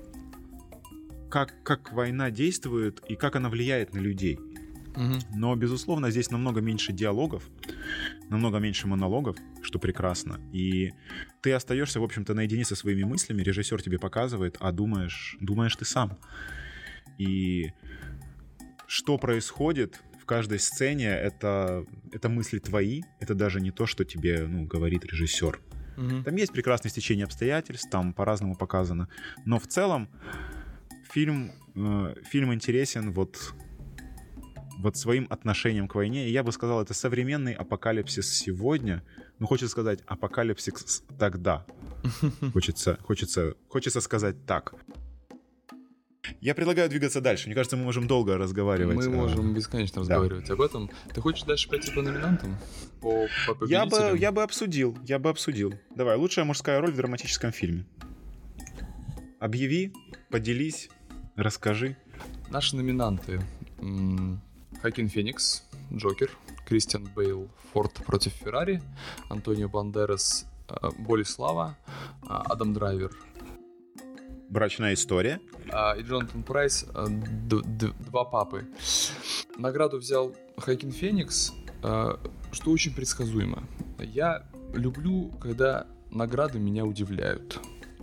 S1: Как война действует и как она влияет на людей. Но, безусловно, здесь намного меньше диалогов, намного меньше монологов, что прекрасно. И ты остаешься, в общем-то, наедине со своими мыслями, режиссер тебе показывает, а думаешь ты сам. И что происходит в каждой сцене, это мысли твои, это даже не то, что тебе говорит режиссер. Там есть прекрасное стечение обстоятельств, там по-разному показано. Но в целом фильм интересен вот своим отношением к войне. И я бы сказал, это современный апокалипсис сегодня. Ну, хочется сказать, апокалипсис тогда. Хочется сказать так. Я предлагаю двигаться дальше. Мне кажется, мы можем долго разговаривать.
S2: Мы можем бесконечно разговаривать об этом. Ты хочешь дальше пойти по номинантам? По победителям?
S1: Я бы обсудил. Давай, лучшая мужская роль в драматическом фильме. Объяви, поделись, расскажи.
S2: Наши номинанты. Хоакин Феникс, Джокер, Кристиан Бейл, Форд против Феррари, Антонио Бандерас, Боль и слава, Адам Драйвер,
S1: Брачная история,
S2: и Джонатан Прайс, Два папы. Награду взял Хоакин Феникс, что очень предсказуемо. Я люблю, когда награды меня удивляют.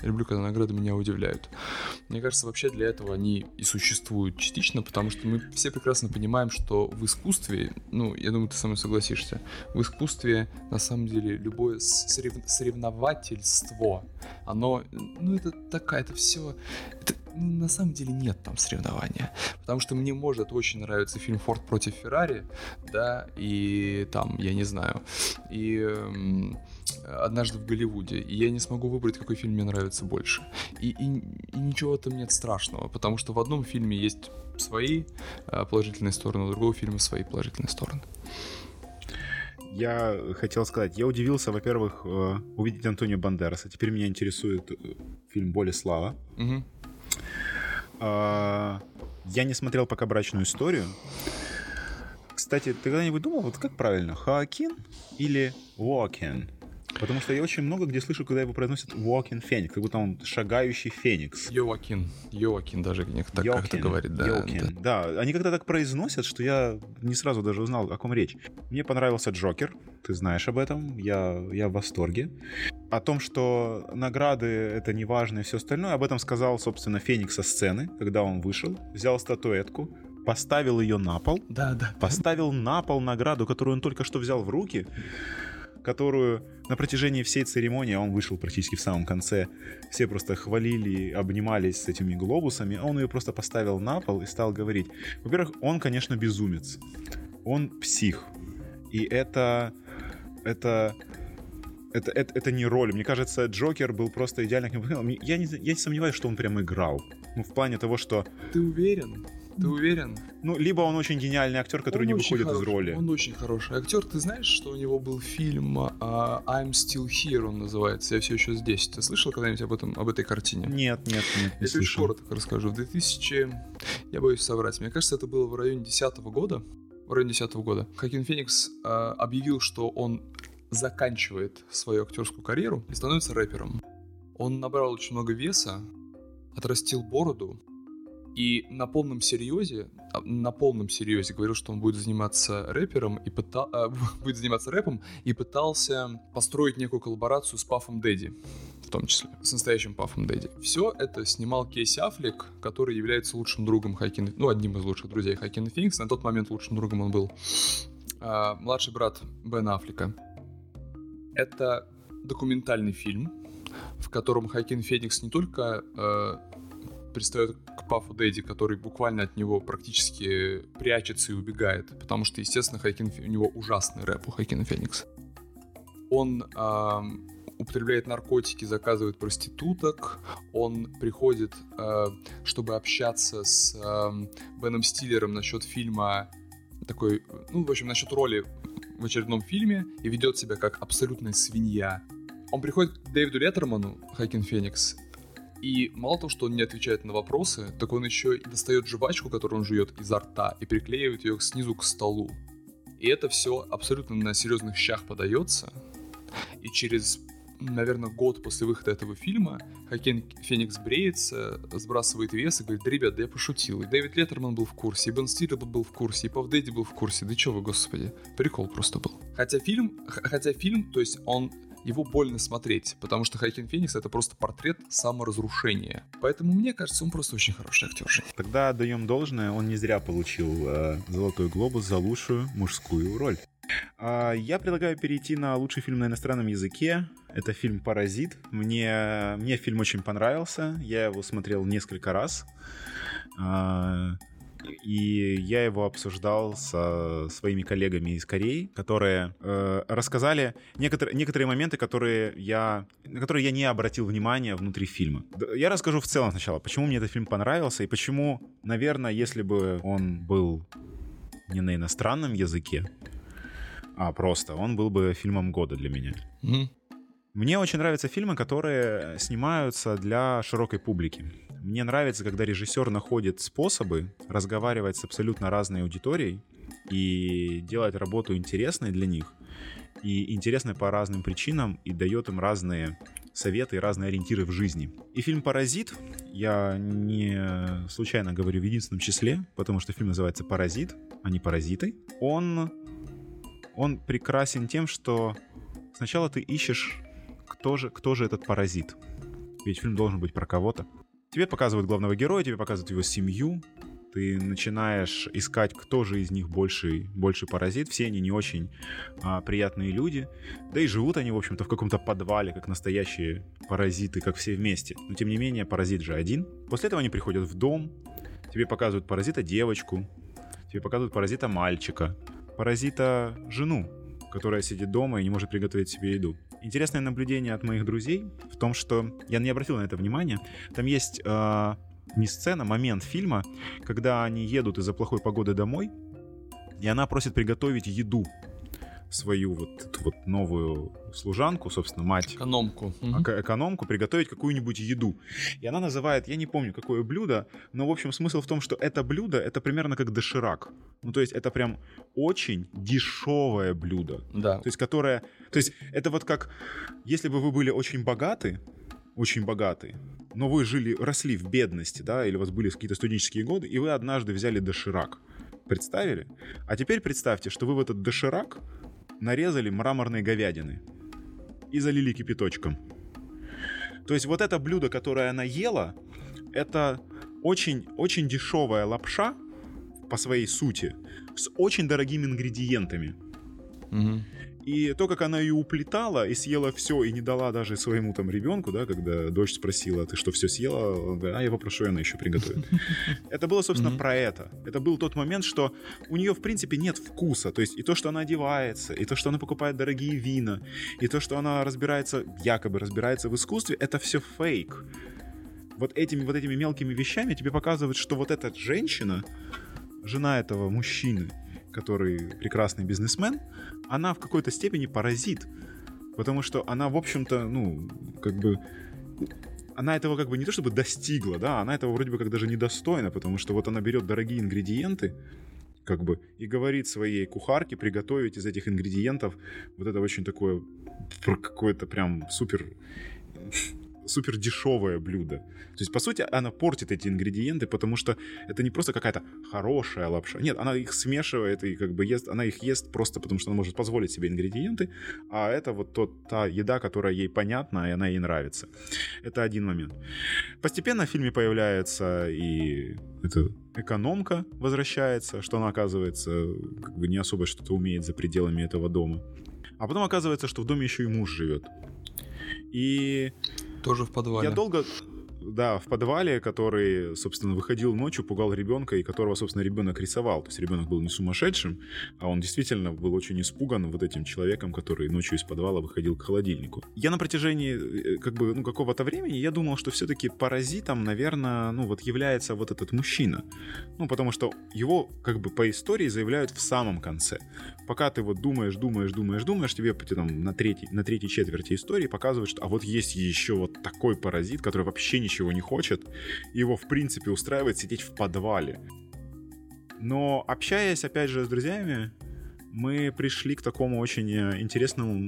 S2: Мне кажется, вообще для этого они и существуют частично, потому что мы все прекрасно понимаем, что в искусстве, я думаю, ты со мной согласишься, в искусстве, на самом деле, любое соревновательство, оно, это все... На самом деле нет там соревнования, потому что мне может очень нравиться фильм «Форд против Феррари», да, и там, я не знаю, и «Однажды в Голливуде», и я не смогу выбрать, какой фильм мне нравится больше. И ничего в этом нет страшного, потому что в одном фильме есть свои положительные стороны, у другого фильма свои положительные стороны.
S1: Я хотел сказать, я удивился, во-первых, увидеть Антонио Бандераса. Теперь меня интересует фильм «Боль и слава».
S2: Угу.
S1: Я не смотрел пока «Брачную историю». Кстати, ты когда-нибудь думал, вот как правильно, Хоакин или Уокен? Потому что я очень много где слышу, когда его произносят Уокен Феникс, как будто он шагающий феникс.
S2: Йоакин даже так как-то говорит, да.
S1: Да, они когда так произносят, что я не сразу даже узнал, о ком речь. Мне понравился Джокер, ты знаешь об этом, я в восторге. О том, что награды это не важно и все остальное, об этом сказал, собственно, Феникс со сцены, когда он вышел, взял статуэтку, поставил ее на пол, поставил на пол награду, которую он только что взял в руки, которую на протяжении всей церемонии, а он вышел практически в самом конце, все просто хвалили, обнимались с этими глобусами, а он ее просто поставил на пол и стал говорить. Во-первых, он, конечно, безумец. Он псих. И это не роль. Мне кажется, Джокер был просто идеально к нему. Я не сомневаюсь, что он прям играл. Ну, в плане того, что...
S2: Ты уверен? Ты уверен?
S1: Ну, либо он очень гениальный актер, который не выходит из роли.
S2: Он очень хороший актер. Ты знаешь, что у него был фильм I'm Still Here, он называется, «Я все еще здесь». Ты слышал когда-нибудь об этой картине?
S1: Нет, не
S2: Я
S1: слышал.
S2: очень коротко расскажу. В 2000... Я боюсь соврать. Мне кажется, это было в районе 2010 года. Хоакин Феникс объявил, что он заканчивает свою актерскую карьеру и становится рэпером. Он набрал очень много веса, отрастил бороду, и на полном серьезе говорил, что он будет заниматься рэпером будет заниматься рэпом, и пытался построить некую коллаборацию с Паффом Дэдди, в том числе, с настоящим Паффом Дэдди. Все это снимал Кейси Аффлек, который является лучшим другом Хоакина, одним из лучших друзей Хоакина Феникса. На тот момент лучшим другом он был младший брат Бена Аффлека. Это документальный фильм, в котором Хоакин Феникс не только пристает к Паффу Дэдди, который буквально от него практически прячется и убегает, потому что, естественно, у него ужасный рэп у Хоакина Феникса. Он употребляет наркотики, заказывает проституток, он приходит, чтобы общаться с Беном Стиллером насчет фильма, насчет роли в очередном фильме, и ведет себя как абсолютная свинья. Он приходит к Дэвиду Леттерману, Хоакин Феникс, и мало того, что он не отвечает на вопросы, так он еще и достает жвачку, которую он жует изо рта, и приклеивает ее снизу к столу. И это все абсолютно на серьезных щах подается. И через, наверное, год после выхода этого фильма Хоакин Феникс бреется, сбрасывает вес и говорит: да, ребят, да я пошутил. И Дэвид Леттерман был в курсе, и Бен Стиллер был в курсе, и Пафф Дэдди был в курсе. Да чё вы, господи, прикол просто был. Хотя фильм, то есть его больно смотреть, потому что Хоакин Феникс — это просто портрет саморазрушения. Поэтому мне кажется, он просто очень хороший актер.
S1: Тогда отдаем должное, он не зря получил «Золотой глобус» за лучшую мужскую роль. Я предлагаю перейти на лучший фильм на иностранном языке. Это фильм «Паразит». Мне фильм очень понравился. Я его смотрел несколько раз. И я его обсуждал со своими коллегами из Кореи, которые рассказали некоторые моменты, на которые я не обратил внимания внутри фильма. Я расскажу в целом сначала, почему мне этот фильм понравился, и почему, наверное, если бы он был не на иностранном языке, а просто, он был бы фильмом года для меня.
S2: Mm-hmm.
S1: Мне очень нравятся фильмы, которые снимаются для широкой публики. Мне нравится, когда режиссер находит способы разговаривать с абсолютно разной аудиторией и делать работу интересной для них, и интересной по разным причинам, и дает им разные советы и разные ориентиры в жизни. И фильм «Паразит», я не случайно говорю в единственном числе, потому что фильм называется «Паразит», а не «Паразиты», он прекрасен тем, что сначала ты ищешь, кто же этот паразит. Ведь фильм должен быть про кого-то. Тебе показывают главного героя, тебе показывают его семью. Ты начинаешь искать, кто же из них больший паразит. Все они не очень приятные люди. Да и живут они, в общем-то, в каком-то подвале, как настоящие паразиты, как все вместе. Но, тем не менее, паразит же один. После этого они приходят в дом. Тебе показывают паразита девочку. Тебе показывают паразита мальчика. Паразита жену, которая сидит дома и не может приготовить себе еду. Интересное наблюдение от моих друзей в том, что я не обратил на это внимания. Там есть не сцена, момент фильма, когда они едут из-за плохой погоды домой, и она просит приготовить еду. Свою эту новую служанку, собственно, мать. Экономку, приготовить какую-нибудь еду. И она называет, я не помню, какое блюдо, но, в общем, смысл в том, что это блюдо, это примерно как доширак. Ну, то есть это прям очень дешевое блюдо.
S2: Да.
S1: То есть это вот как, если бы вы были очень богаты, но вы росли в бедности, да, или у вас были какие-то студенческие годы, и вы однажды взяли доширак. Представили? А теперь представьте, что вы в этот доширак нарезали мраморной говядины и залили кипяточком. То есть вот это блюдо, которое она ела, это очень, очень дешевая лапша по своей сути с очень дорогими ингредиентами.
S2: Угу.
S1: И то, как она ее уплетала и съела все, и не дала даже своему там ребенку, да, когда дочь спросила: ты что, все съела? Он говорит: я попрошу, она еще приготовит. Это было, собственно, про это. Это был тот момент, что у нее, в принципе, нет вкуса. То есть и то, что она одевается, и то, что она покупает дорогие вина, и то, что она якобы разбирается в искусстве, это все фейк. вот этими мелкими вещами тебе показывают, что вот эта женщина, жена этого мужчины, который прекрасный бизнесмен, она в какой-то степени паразит. Потому что она, в общем-то, ну, как бы... Она этого как бы не то чтобы достигла, да, она этого вроде бы как даже недостойна, потому что вот она берет дорогие ингредиенты, как бы, и говорит своей кухарке приготовить из этих ингредиентов вот это очень такое, какое-то прям супер дешевое блюдо. То есть, по сути, она портит эти ингредиенты, потому что это не просто какая-то хорошая лапша. Нет, она их смешивает и как бы ест, она их ест просто потому, что она может позволить себе ингредиенты, а это вот та еда, которая ей понятна, и она ей нравится. Это один момент. Постепенно в фильме появляется и эта экономка возвращается, что она, оказывается, как бы не особо что-то умеет за пределами этого дома. А потом оказывается, что в доме еще и муж живет. И...
S2: Тоже в подвале.
S1: Я долго... Да, в подвале, который, собственно, выходил ночью, пугал ребенка, и которого, собственно, ребенок рисовал. То есть ребенок был не сумасшедшим, а он действительно был очень испуган вот этим человеком, который ночью из подвала выходил к холодильнику. Я на протяжении как бы, ну, какого-то времени я думал, что все-таки паразитом, наверное, ну, вот является вот этот мужчина. Ну, потому что его как бы по истории заявляют в самом конце. Пока ты вот думаешь, тебе там на третьей четверти истории показывают, что а вот есть еще вот такой паразит, который вообще ничего не хочет, его в принципе устраивает сидеть в подвале. Но общаясь опять же с друзьями, мы пришли к такому очень интересному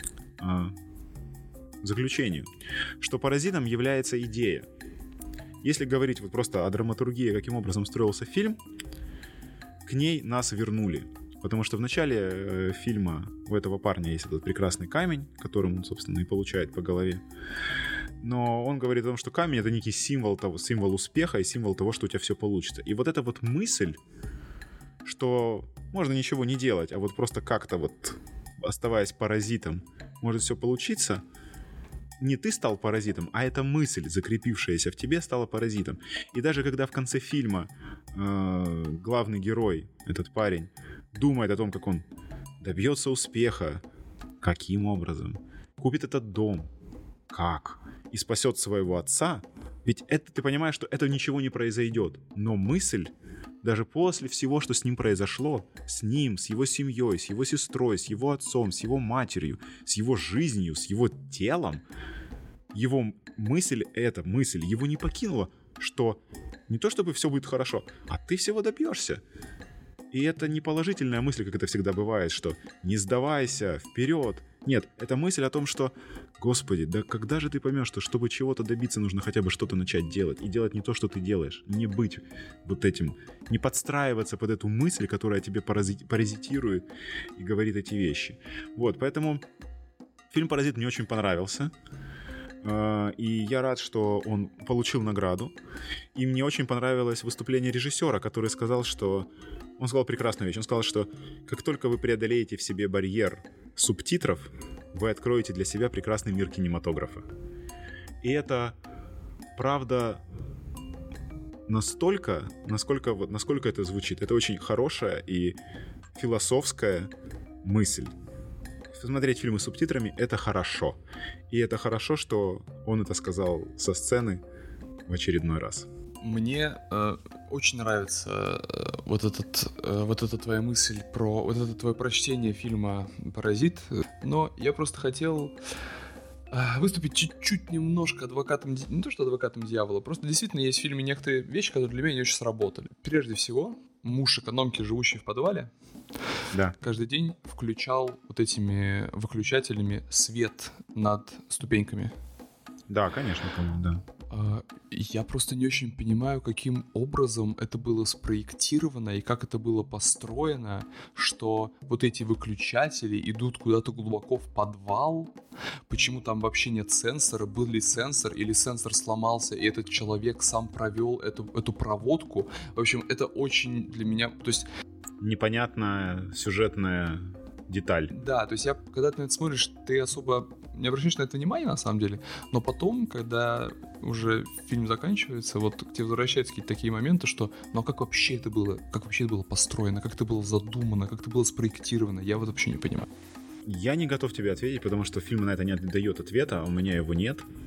S1: заключению, что паразитом является идея. Если говорить вот просто о драматургии, каким образом строился фильм, к ней нас вернули. Потому что в начале фильма у этого парня есть этот прекрасный камень, которым он, собственно, и получает по голове. Но он говорит о том, что камень — это некий символ успеха и символ того, что у тебя все получится. И вот эта вот мысль, что можно ничего не делать, а вот просто как-то вот, оставаясь паразитом, может все получиться, не ты стал паразитом, а эта мысль, закрепившаяся в тебе, стала паразитом. И даже когда в конце фильма главный герой, этот парень, думает о том, как он добьется успеха, каким образом, купит этот дом, как, и спасет своего отца, ведь это, ты понимаешь, что это ничего не произойдет. Но мысль, даже после всего, что с ним произошло, с ним, с его семьей, с его сестрой, с его отцом, с его матерью, с его жизнью, с его телом, его мысль его не покинула, что не то чтобы все будет хорошо, а ты всего добьешься. И это не положительная мысль, как это всегда бывает, что не сдавайся, вперед. Нет, это мысль о том, что, Господи, да когда же ты поймешь, что чтобы чего-то добиться, нужно хотя бы что-то начать делать. И делать не то, что ты делаешь. Не быть вот этим, не подстраиваться под эту мысль, которая тебе паразитирует и говорит эти вещи. Вот, поэтому фильм «Паразит» мне очень понравился. И я рад, что он получил награду. И мне очень понравилось выступление режиссера, который сказал, что... Он сказал прекрасную вещь. Он сказал, что как только вы преодолеете в себе барьер субтитров, вы откроете для себя прекрасный мир кинематографа. И это правда настолько, насколько это звучит. Это очень хорошая и философская мысль. Смотреть фильмы с субтитрами — это хорошо. И это хорошо, что он это сказал со сцены в очередной раз.
S2: Мне очень нравится вот эта твоя мысль про... Вот это твое прочтение фильма «Паразит». Но я просто хотел выступить чуть-чуть немножко адвокатом... Не то, что адвокатом дьявола. Просто действительно есть в фильме некоторые вещи, которые для меня не очень сработали. Прежде всего, муж экономки, живущий в подвале,
S1: да,
S2: каждый день включал вот этими выключателями свет над ступеньками.
S1: Да, конечно, помню, да.
S2: Я просто не очень понимаю, каким образом это было спроектировано и как это было построено, что вот эти выключатели идут куда-то глубоко в подвал, почему там вообще нет сенсора, был ли сенсор, или сенсор сломался, и этот человек сам провел эту проводку. В общем, это очень для меня... То есть...
S1: непонятная сюжетная деталь.
S2: Да, то есть когда ты на это смотришь, ты особо не обращаешь на это внимания, на самом деле, но потом, когда уже фильм заканчивается, вот к тебе возвращаются какие-то такие моменты, что, ну а как вообще это было построено, как это было задумано, как это было спроектировано, я вот вообще не понимаю.
S1: Я не готов тебе ответить, потому что фильм на это не дает ответа, а у меня его нет.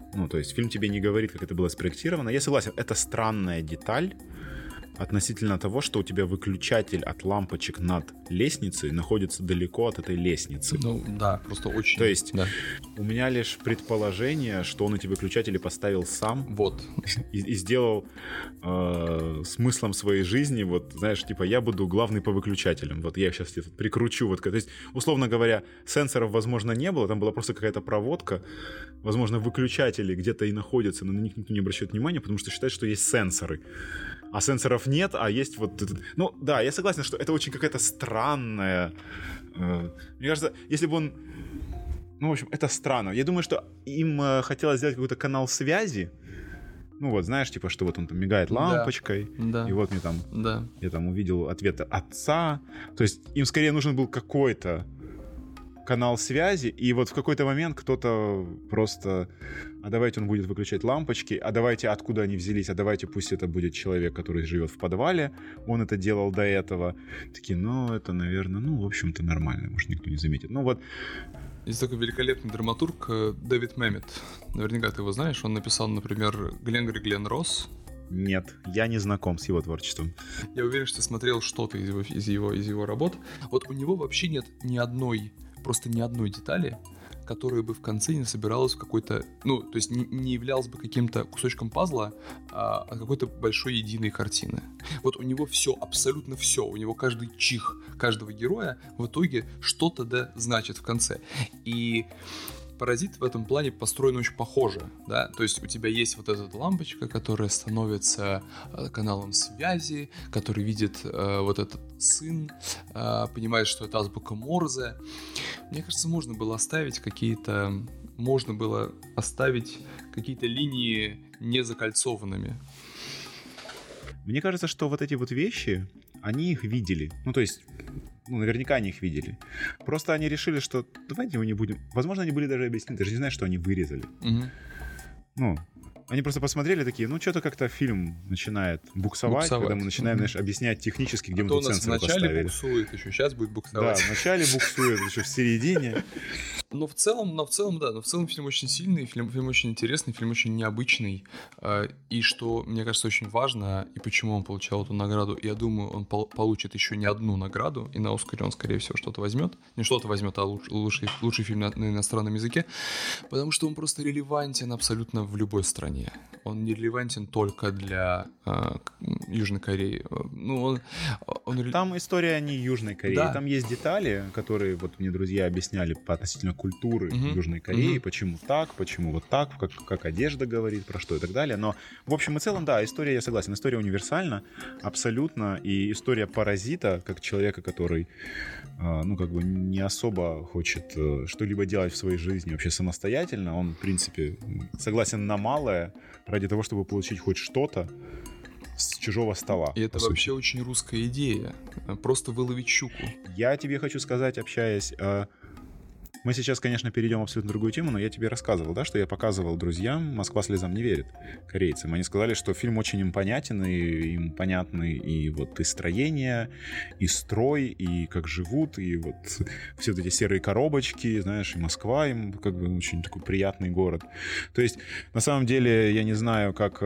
S1: Ну, то есть фильм тебе не говорит, как это было спроектировано. Я согласен, это странная деталь относительно того, что у тебя выключатель от лампочек над лестницей находится далеко от этой лестницы.
S2: Ну, да, просто очень...
S1: То есть
S2: да.
S1: у меня лишь предположение, что он эти выключатели поставил сам.
S2: Вот.
S1: И сделал смыслом своей жизни, вот, знаешь, типа, я буду главный по выключателям. Вот я их сейчас где-то прикручу. Вот, то есть, условно говоря, сенсоров, возможно, не было, там была просто какая-то проводка. Возможно, выключатели где-то и находятся, но на них никто не обращает внимания, потому что считает, что есть сенсоры. А сенсоров нет, а есть вот... Ну, да, я согласен, что это очень какая-то странная... Мне кажется, если бы он... Ну, в общем, это странно. Я думаю, что им хотелось сделать какой-то канал связи. Ну, вот, знаешь, типа, что вот он там мигает лампочкой.
S2: Да.
S1: И вот мне там... Да. Я там увидел ответ отца. То есть им скорее нужен был какой-то канал связи, и вот в какой-то момент кто-то просто, а давайте он будет выключать лампочки, а давайте откуда они взялись, а давайте пусть это будет человек, который живет в подвале, он это делал до этого. Такие, ну, это, наверное, ну, в общем-то, нормально, может, никто не заметит. Ну, вот.
S2: Есть такой великолепный драматург Дэвид Мэммет. Наверняка ты его знаешь, он написал, например, «Гленгри Глен Росс».
S1: Нет, я не знаком с его творчеством.
S2: Я уверен, что ты смотрел что-то из его работ. Вот у него вообще нет ни одной детали, которая бы в конце не собиралась в какой-то... Ну, то есть не являлась бы каким-то кусочком пазла, а какой-то большой единой картины. Вот у него все, абсолютно все. У него каждый чих каждого героя в итоге что-то да значит в конце. И «Паразит» в этом плане построен очень похоже, да, то есть у тебя есть вот эта лампочка, которая становится каналом связи, который видит вот этот сын, понимает, что это азбука Морзе. Мне кажется, можно было оставить какие-то линии не закольцованными.
S1: Мне кажется, что вот эти вот вещи, они их видели, ну то есть... Ну, наверняка они их видели. Просто они решили, что давайте мы не будем... Возможно, они были даже объяснены. Ты же не знаешь, что они вырезали.
S2: Угу.
S1: Ну, они просто посмотрели такие, ну, что-то как-то фильм начинает буксовать. Когда мы начинаем, знаешь, объяснять технически, где мы тут сенсоры поставили.
S2: Вначале буксует, еще сейчас будет буксовать.
S1: Да, вначале буксует, еще в середине.
S2: Но в целом фильм очень сильный, фильм очень интересный, фильм очень необычный. И что, мне кажется, очень важно, и почему он получал эту награду, я думаю, он получит еще не одну награду, и на «Оскаре» он, скорее всего, что-то возьмет. Не что-то возьмет, а лучший фильм на иностранном языке, потому что он просто релевантен абсолютно в любой стране. Он не релевантен только для Южной Кореи. Ну,
S1: Там история не Южной Кореи. Да. Там есть детали, которые вот мне друзья объясняли по относительно культуры Южной Кореи, почему так, почему вот так, как одежда говорит, про что и так далее. Но в общем и целом, да, история, я согласен, история универсальна, абсолютно. И история «Паразита», как человека, который, ну, как бы не особо хочет что-либо делать в своей жизни вообще самостоятельно, он, в принципе, согласен на малое ради того, чтобы получить хоть что-то с чужого стола.
S2: И это вообще очень русская идея. Просто выловить щуку.
S1: Я тебе хочу сказать, общаясь... Мы сейчас, конечно, перейдем в абсолютно другую тему, но я тебе рассказывал, да, что я показывал друзьям «Москва слезам не верит», корейцам. Они сказали, что фильм очень им понятен, и им понятны и вот и строение, и строй, и как живут, и вот все вот эти серые коробочки, знаешь, и Москва им как бы очень такой приятный город. То есть, на самом деле, я не знаю, как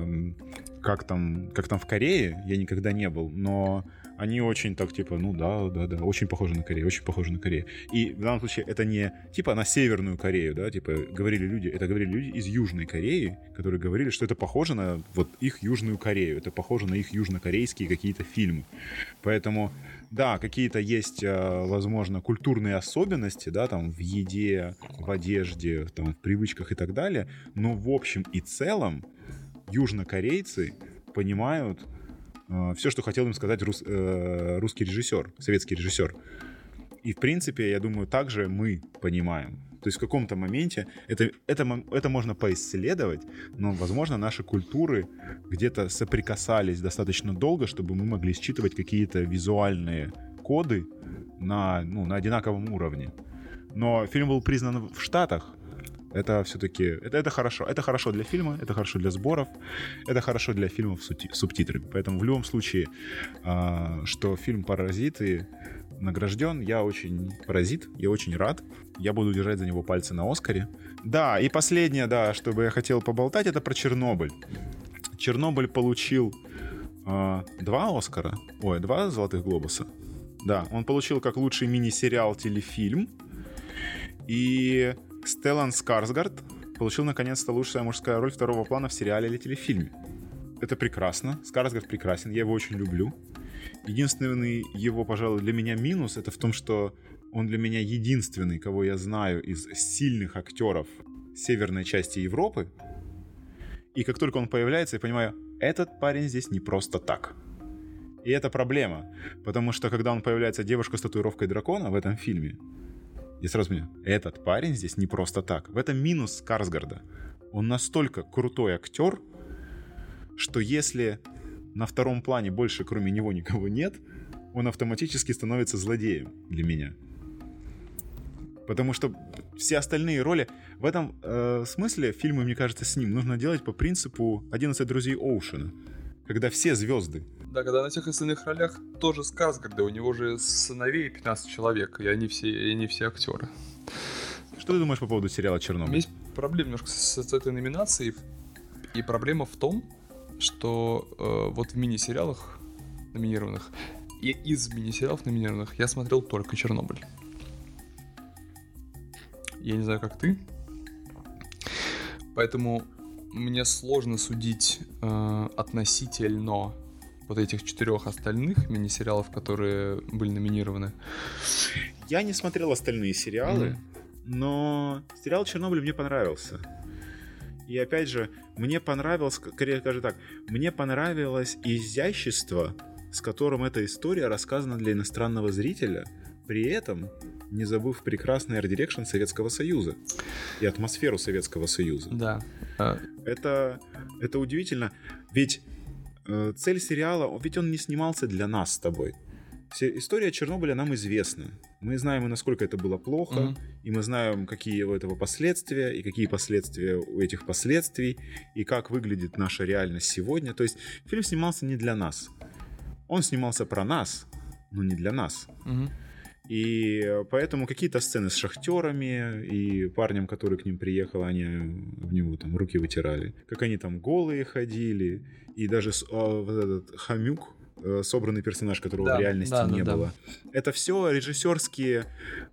S1: там в Корее, я никогда не был, но они очень так, типа, ну да, очень похожи на Корею, очень похожи на Корею. И в данном случае это не, типа, на Северную Корею, да, типа, говорили люди из Южной Кореи, которые говорили, что это похоже на вот их Южную Корею, это похоже на их южнокорейские какие-то фильмы. Поэтому, да, какие-то есть, возможно, культурные особенности, да, там, в еде, в одежде, там, в привычках и так далее, но в общем и целом южнокорейцы понимают все, что хотел им сказать русский режиссер, советский режиссер. И, в принципе, я думаю, также мы понимаем. То есть в каком-то моменте это можно поисследовать, но, возможно, наши культуры где-то соприкасались достаточно долго, чтобы мы могли считывать какие-то визуальные коды на одинаковом уровне. Но фильм был признан в Штатах. Это все-таки... Это хорошо. Это хорошо для фильма, это хорошо для сборов, это хорошо для фильмов с субтитрами. Поэтому в любом случае, что фильм «Паразиты» награжден. Я очень паразит, я очень рад. Я буду держать за него пальцы на Оскаре. Да, и последнее, да, что бы я хотел поболтать, это про Чернобыль. Чернобыль получил 2 Оскара, 2 Золотых Глобуса. Да, он получил как лучший мини-сериал телефильм. И Стеллан Скарсгард получил наконец-то лучшая мужская роль второго плана в сериале или телефильме. Это прекрасно. Скарсгард прекрасен, я его очень люблю. Единственный его, пожалуй, для меня минус — это в том, что он для меня единственный, кого я знаю из сильных актеров северной части Европы. И как только он появляется, я понимаю, этот парень здесь не просто так. И это проблема, потому что когда он появляется девушка с татуировкой дракона в этом фильме, я сразу понимаю, этот парень здесь не просто так. В этом минус Скарсгарда. Он настолько крутой актер, что если на втором плане больше кроме него никого нет, он автоматически становится злодеем для меня. Потому что все остальные роли... В этом смысле фильмы, мне кажется, с ним нужно делать по принципу «11 друзей Оушена», когда все звезды.
S2: Да, когда на тех остальных ролях тоже Скарсгарда, у него же сыновей 15 человек, и они все актеры.
S1: Что ты думаешь по поводу сериала «Чернобыль»?
S2: Есть проблема немножко с этой номинацией, и проблема в том, что вот в мини-сериалах номинированных, и из мини-сериалов номинированных я смотрел только «Чернобыль». Я не знаю, как ты, поэтому мне сложно судить относительно вот этих 4 остальных мини-сериалов, которые были номинированы.
S1: Я не смотрел остальные сериалы, но сериал «Чернобыль» мне понравился. И опять же, мне понравилось, скорее скажу так, мне понравилось изящество, с которым эта история рассказана для иностранного зрителя, при этом не забыв прекрасный арт-дирекшн Советского Союза и атмосферу Советского Союза.
S2: Да.
S1: Это удивительно, ведь цель сериала, ведь он не снимался для нас с тобой. История Чернобыля нам известна. Мы знаем, насколько это было плохо, и мы знаем, какие у этого последствия, и какие последствия у этих последствий, и как выглядит наша реальность сегодня. То есть фильм снимался не для нас. Он снимался про нас, но не для нас. И поэтому какие-то сцены с шахтерами и парнем, который к ним приехал, они в него там руки вытирали. Как они там голые ходили. И даже вот этот хомюк, собранный персонаж, которого в реальности не было. Это все режиссерские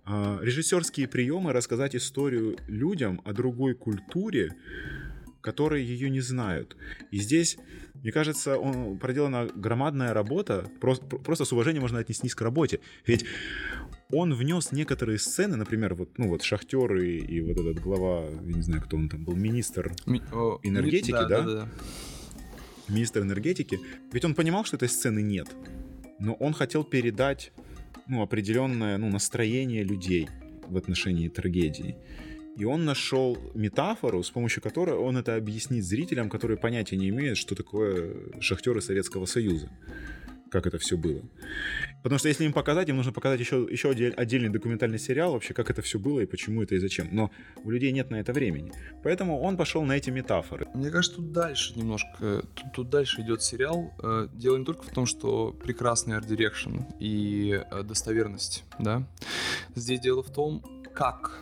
S1: приемы рассказать историю людям о другой культуре, которые ее не знают. И здесь, мне кажется, проделана громадная работа. Просто с уважением можно отнестись к работе. Ведь он внес некоторые сцены, например, вот шахтеры и вот этот глава, я не знаю, кто он там был, министр энергетики, да? Министр энергетики. Ведь он понимал, что этой сцены нет. Но он хотел передать определенное настроение людей в отношении трагедии. И он нашел метафору, с помощью которой он это объяснит зрителям, которые понятия не имеют, что такое шахтеры Советского Союза. Как это все было. Потому что если им показать, им нужно показать еще отдельный документальный сериал вообще, как это все было и почему это и зачем. Но у людей нет на это времени. Поэтому он пошел на эти метафоры.
S2: Мне кажется, тут дальше немножко, тут дальше идет сериал. Дело не только в том, что прекрасный арт-дирекшн и достоверность, да. Здесь дело в том, как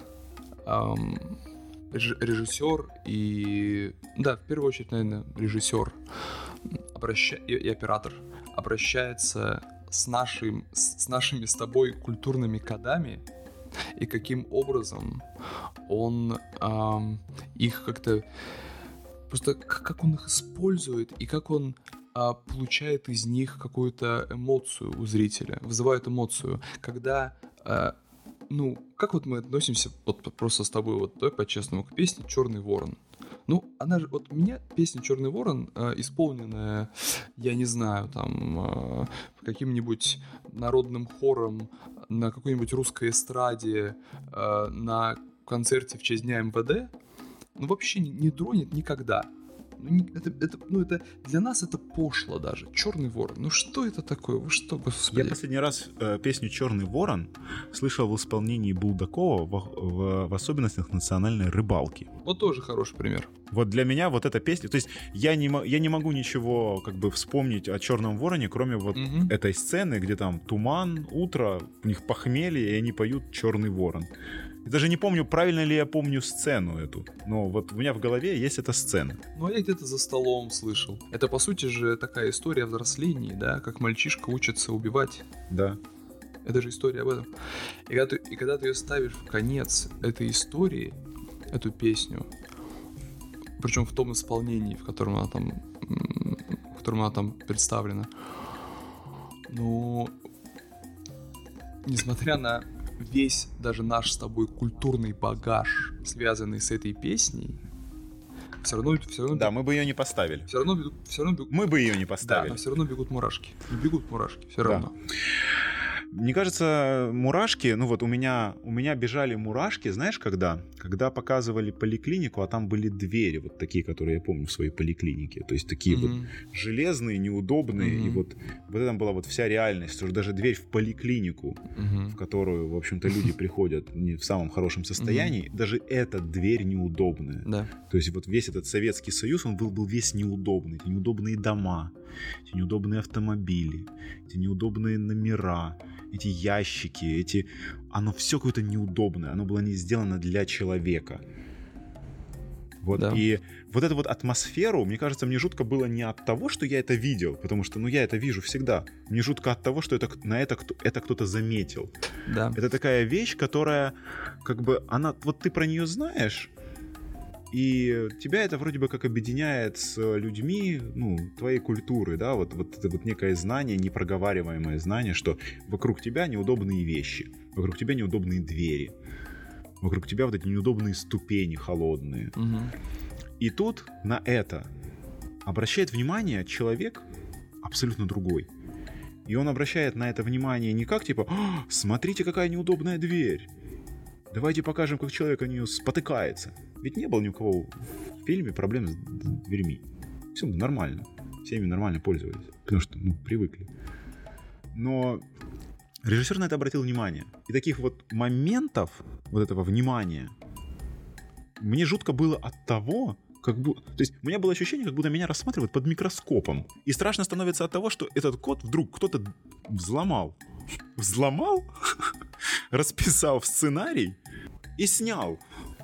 S2: режиссер и... Да, в первую очередь, наверное, режиссер и оператор обращается с нашими с тобой культурными кодами, и каким образом он их как-то... Просто как он их использует, и как он получает из них какую-то эмоцию у зрителя, вызывает эмоцию. Когда... как вот мы относимся вот просто с тобой, вот давай по-честному, к песне «Черный ворон». Она же, вот у меня песня «Черный ворон», исполненная, я не знаю, там, каким-нибудь народным хором на какой-нибудь русской эстраде, на концерте в честь Дня МВД, вообще не тронет никогда. Это для нас это пошло даже. «Черный ворон». Ну что это такое? Вы что, господи?
S1: Я последний раз песню «Черный ворон» слышал в исполнении Булдакова в особенностях национальной рыбалки.
S2: Вот тоже хороший пример.
S1: Вот для меня вот эта песня... То есть я не могу ничего как бы вспомнить о «Черном вороне», кроме вот этой сцены, где там туман, утро, у них похмелье, и они поют «Черный ворон». Я даже не помню, правильно ли я помню сцену эту, но вот у меня в голове есть эта сцена.
S2: Ну, а я где-то за столом слышал. Это, по сути же, такая история о взрослении, да, как мальчишка учится убивать.
S1: Да.
S2: Это же история об этом. И когда ты ее ставишь в конец этой истории, эту песню, причем в том исполнении, в котором она там представлена, ну, несмотря на весь даже наш с тобой культурный багаж, связанный с этой песней, все равно
S1: да, мы бы ее не поставили.
S2: Все равно
S1: мы бы ее не поставили.
S2: Да, но все равно бегут мурашки. Все равно.
S1: Мне кажется, мурашки, ну вот у меня бежали мурашки, знаешь, когда показывали поликлинику, а там были двери вот такие, которые я помню в своей поликлинике, то есть такие вот железные, неудобные, и вот в этом была вот вся реальность, что даже дверь в поликлинику, в которую, в общем-то, люди приходят не в самом хорошем состоянии, даже эта дверь неудобная.
S2: Да.
S1: То есть вот весь этот Советский Союз, он был весь неудобный, эти неудобные дома, эти неудобные автомобили, эти неудобные номера, эти ящики, оно все какое-то неудобное, оно было не сделано для человека. Вот, да. И вот эту вот атмосферу, мне кажется, мне жутко было не от того, что я это видел, потому что, я это вижу всегда. Мне жутко от того, что это кто-то заметил.
S2: Да.
S1: Это такая вещь, которая, как бы, вот ты про нее знаешь, и тебя это вроде бы как объединяет с людьми, твоей культуры, да, вот это вот некое знание, непроговариваемое знание, что вокруг тебя неудобные вещи, вокруг тебя неудобные двери, вокруг тебя вот эти неудобные ступени холодные.
S2: Угу.
S1: И тут на это обращает внимание человек абсолютно другой. И он обращает на это внимание не как типа «Смотрите, какая неудобная дверь! Давайте покажем, как человек о нее спотыкается». Ведь не было ни у кого в фильме проблем с дверьми. Все нормально. Все ими нормально пользовались. Потому что, привыкли. Но режиссер на это обратил внимание. И таких вот моментов, вот этого внимания, мне жутко было от того, то есть у меня было ощущение, как будто меня рассматривают под микроскопом. И страшно становится от того, что этот код вдруг кто-то взломал. Взломал? Расписал сценарий и снял.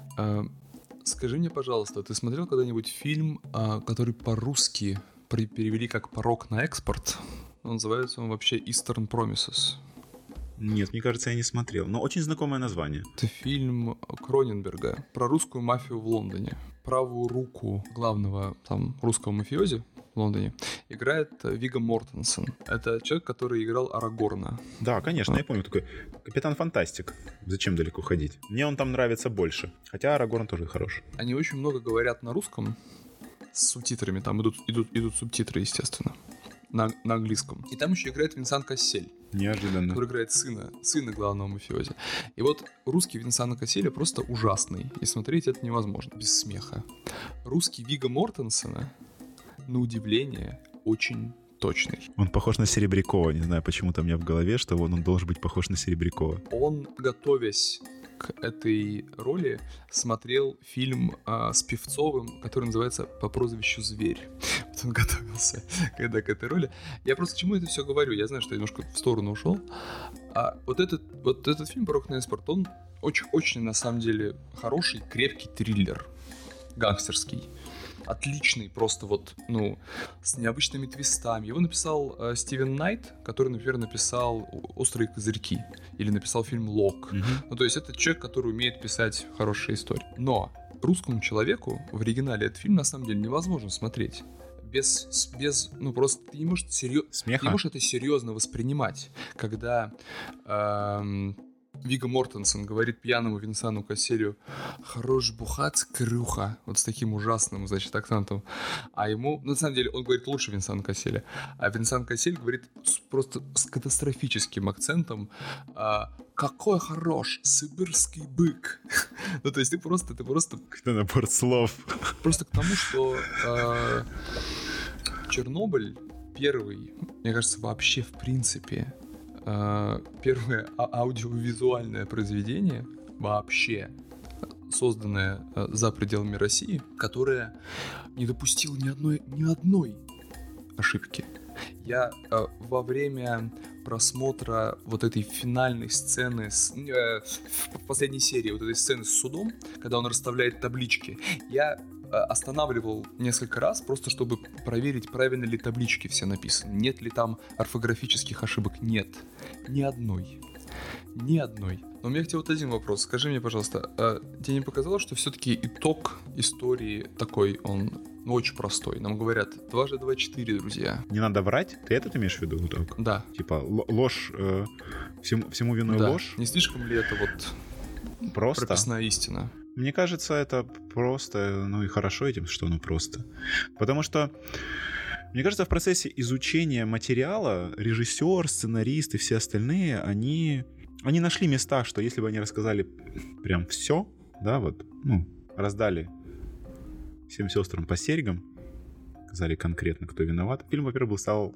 S2: Скажи мне, пожалуйста, ты смотрел когда-нибудь фильм, который по-русски перевели как «Порок на экспорт»? Называется он вообще «Eastern Promises».
S1: Нет, мне кажется, я не смотрел, но очень знакомое название.
S2: Это фильм Кроненберга про русскую мафию в Лондоне. Правую руку главного там русского мафиози в Лондоне играет Вигго Мортенсен. Это человек, который играл Арагорна.
S1: Да, конечно, я помню, такой Капитан Фантастик. Зачем далеко ходить? Мне он там нравится больше. Хотя Арагорн тоже хорош.
S2: Они очень много говорят на русском с субтитрами. Там идут субтитры, естественно, на английском. И там еще играет Винсан Кассель.
S1: Неожиданно.
S2: Который играет сына главного мафиози. И вот русский Винсана Касселя просто ужасный. И смотреть это невозможно, без смеха. Русский Вигго Мортенсена, на удивление, очень точный.
S1: Он похож на Серебрякова. Не знаю, почему-то у меня в голове, что он должен быть похож на Серебрякова.
S2: Он, готовясь к этой роли, смотрел фильм с Певцовым, который называется «По прозвищу Зверь». Вот он готовился к этой роли. Я просто чему это все говорю? Я знаю, что я немножко в сторону ушел. А вот этот фильм «Порок на экспорт», он очень, на самом деле, хороший, крепкий триллер. Гангстерский. Отличный, просто с необычными твистами. Его написал Стивен Найт, который, например, написал «Острые козырьки» или написал фильм «Лок». То есть это человек, который умеет писать хорошие истории. Но русскому человеку в оригинале этот фильм на самом деле невозможно смотреть. Просто ты не можешь это серьезно воспринимать, когда Вигго Мортенсен говорит пьяному Винсану Касселю: «Хорош бухать, крюха», вот с таким ужасным, значит, акцентом. А ему, на самом деле, он говорит лучше Винсана Касселя, а Винсан Кассель говорит просто с катастрофическим акцентом: «Какой хорош сибирский бык». Ну, то есть ты просто...
S1: Какой набор слов.
S2: Просто к тому, что Чернобыль первый, мне кажется, вообще в принципе... первое аудиовизуальное произведение вообще, созданное за пределами России, которое не допустило ни одной ошибки. Я во время просмотра вот этой финальной сцены в последней серии вот этой сцены с судом, когда он расставляет таблички, я останавливал несколько раз, просто чтобы проверить, правильно ли таблички все написаны. Нет ли там орфографических ошибок? Нет. Ни одной. Но у меня к тебе вот один вопрос. Скажи мне, пожалуйста, тебе не показалось, что все-таки итог истории такой, он очень простой? Нам говорят, 2 × 2 = 4, друзья.
S1: Не надо врать? Ты это имеешь в виду? Итог?
S2: Да.
S1: Типа ложь, всему виной ложь?
S2: Не слишком ли это вот
S1: просто
S2: прописная истина?
S1: Мне кажется, это просто, ну и хорошо этим, что оно просто. Потому что, мне кажется, в процессе изучения материала режиссер, сценарист и все остальные, они нашли места, что если бы они рассказали прям все, да, вот, ну, раздали всем сестрам по серьгам, сказали конкретно, кто виноват, фильм, во-первых, стал...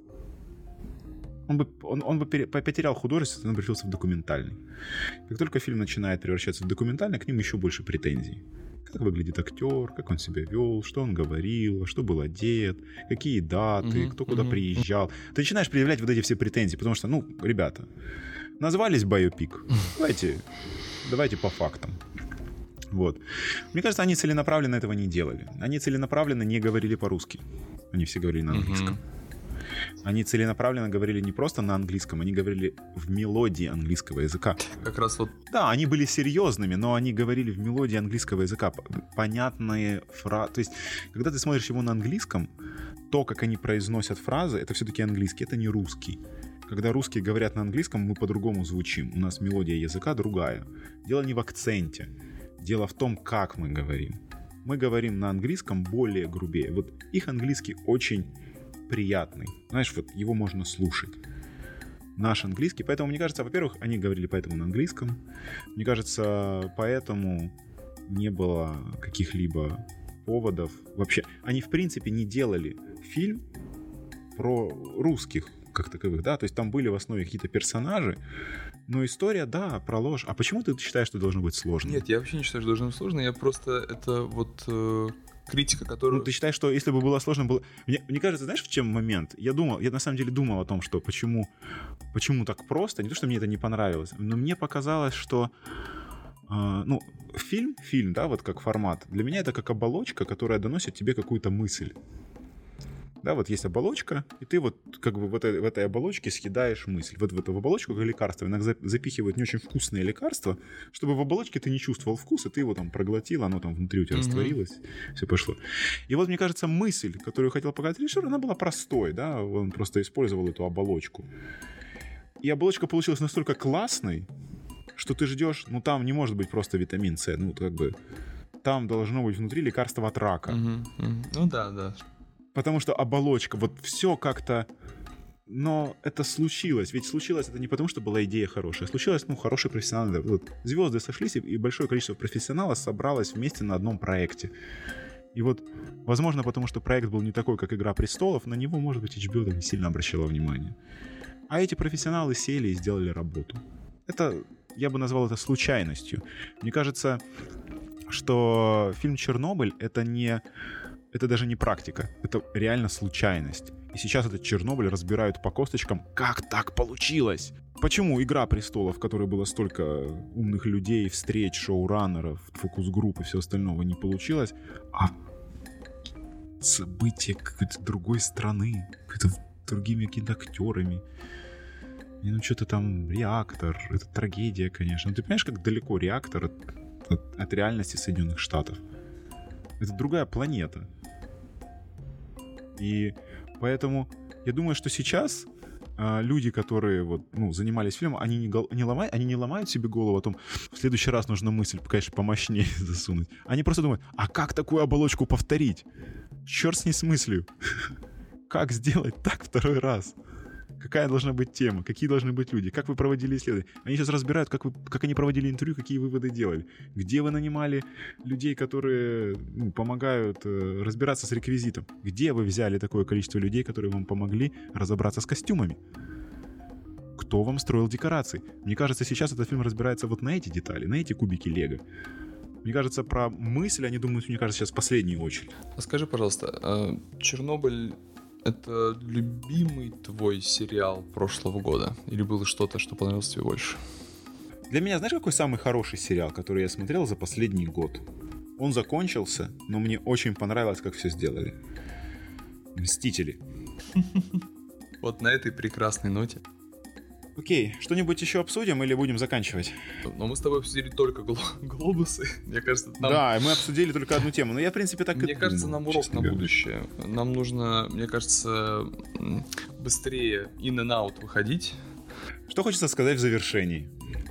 S1: Он бы потерял художественность, он превратился в документальный. Как только фильм начинает превращаться в документальный, к ним еще больше претензий. Как выглядит актер, как он себя вел, что он говорил, что был одет, какие даты, кто куда приезжал. Ты начинаешь предъявлять вот эти все претензии, потому что, ну, ребята, назвались байопик. Давайте по фактам. Вот. Мне кажется, они целенаправленно этого не делали. Они целенаправленно не говорили по-русски. Они все говорили на английском. Они целенаправленно говорили не просто на английском, они говорили в мелодии английского языка.
S2: Как раз вот...
S1: Да, они были серьезными, но они говорили в мелодии английского языка. Понятные фразы. То есть, когда ты смотришь его на английском, то, как они произносят фразы, это все-таки английский, это не русский. Когда русские говорят на английском, мы по-другому звучим. У нас мелодия языка другая. Дело не в акценте. Дело в том, как мы говорим. Мы говорим на английском более грубее. Вот их английский очень... приятный. Знаешь, вот его можно слушать. Наш английский. Поэтому, мне кажется, во-первых, они говорили поэтому на английском. Мне кажется, поэтому не было каких-либо поводов. Вообще, они, в принципе, не делали фильм про русских как таковых, да, то есть там были в основе какие-то персонажи, но история, да, про ложь. А почему ты считаешь, что должно быть сложно?
S2: Нет, я вообще не считаю, что должно быть сложно. Я просто, это вот... критика, которую...
S1: Ну, ты считаешь, что если бы было сложно, было... Мне кажется, знаешь, в чем момент? Я на самом деле думал о том, что почему так просто. Не то, что мне это не понравилось, но мне показалось, что фильм, да, вот как формат, для меня это как оболочка, которая доносит тебе какую-то мысль. Да, вот есть оболочка, и ты вот как бы в этой оболочке съедаешь мысль. Вот в эту оболочку, как лекарство, иногда запихивают не очень вкусные лекарства, чтобы в оболочке ты не чувствовал вкус, и ты его там проглотил, оно там внутри у тебя растворилось, все пошло. И вот, мне кажется, мысль, которую хотел показать режиссер, она была простой, да, он просто использовал эту оболочку. И оболочка получилась настолько классной, что ты ждешь, ну там не может быть просто витамин С, ну как бы там должно быть внутри лекарство от рака.
S2: Ну да.
S1: Потому что оболочка, вот все как-то... Но это случилось. Ведь случилось это не потому, что была идея хорошая. Случилось, хороший профессионал. Вот звезды сошлись, и большое количество профессионалов собралось вместе на одном проекте. И вот, возможно, потому что проект был не такой, как «Игра престолов», на него, может быть, HBO не сильно обращало внимание. А эти профессионалы сели и сделали работу. Это, я бы назвал это случайностью. Мне кажется, что фильм «Чернобыль» — это даже не практика, это реально случайность. И сейчас этот Чернобыль разбирают по косточкам, как так получилось. Почему «Игра престолов», в которой было столько умных людей, встреч, шоураннеров, фокус-групп и все остального, не получилось, а события какой-то другой страны, другими какими-то актерами. И что-то там реактор, это трагедия, конечно. Но ты понимаешь, как далеко реактор от реальности Соединенных Штатов? Это другая планета. И поэтому я думаю, что сейчас люди, которые вот, занимались фильмом, они не ломают себе голову о том, в следующий раз нужно мысль, конечно, помощнее засунуть. Они просто думают, а как такую оболочку повторить? Черт с ней с мыслью. Как сделать так второй раз? Какая должна быть тема? Какие должны быть люди? Как вы проводили исследования? Они сейчас разбирают, как они проводили интервью, какие выводы делали. Где вы нанимали людей, которые помогают разбираться с реквизитом? Где вы взяли такое количество людей, которые вам помогли разобраться с костюмами? Кто вам строил декорации? Мне кажется, сейчас этот фильм разбирается вот на эти детали, на эти кубики лего. Мне кажется, про мысль они думают, мне кажется, сейчас в последнюю очередь.
S2: А скажи, пожалуйста, «Чернобыль» — это любимый твой сериал прошлого года? Или было что-то, что понравилось тебе больше?
S1: Для меня, знаешь, какой самый хороший сериал, который я смотрел за последний год? Он закончился, но мне очень понравилось, как все сделали. «Мстители».
S2: Вот на этой прекрасной ноте.
S1: Окей, что-нибудь еще обсудим или будем заканчивать?
S2: Но мы с тобой обсудили только глобусы. Мне кажется,
S1: Да, мы обсудили только одну тему. Но я, в принципе, так и думал.
S2: Мне кажется, нам урок на будущее. Нам нужно, мне кажется, быстрее in and out выходить.
S1: Что хочется сказать в завершении?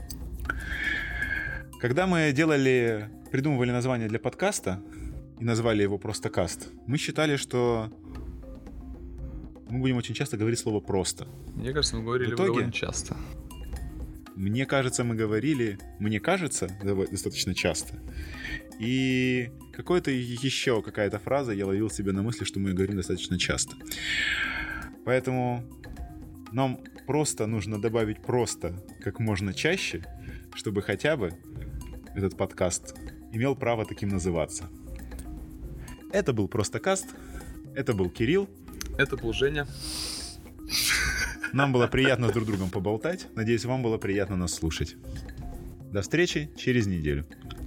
S1: Когда мы придумывали название для подкаста и назвали его просто «Каст», мы считали, что мы будем очень часто говорить слово «просто».
S2: Мне кажется, мы говорили довольно часто.
S1: Мне кажется, достаточно часто. И какая-то фраза я ловил себе на мысли, что мы говорим достаточно часто. Поэтому нам просто нужно добавить «просто» как можно чаще, чтобы хотя бы этот подкаст имел право таким называться. Это был «Просто каст». Это был Кирилл.
S2: Это был Женя.
S1: Нам было приятно с друг другом поболтать. Надеюсь, вам было приятно нас слушать. До встречи через неделю.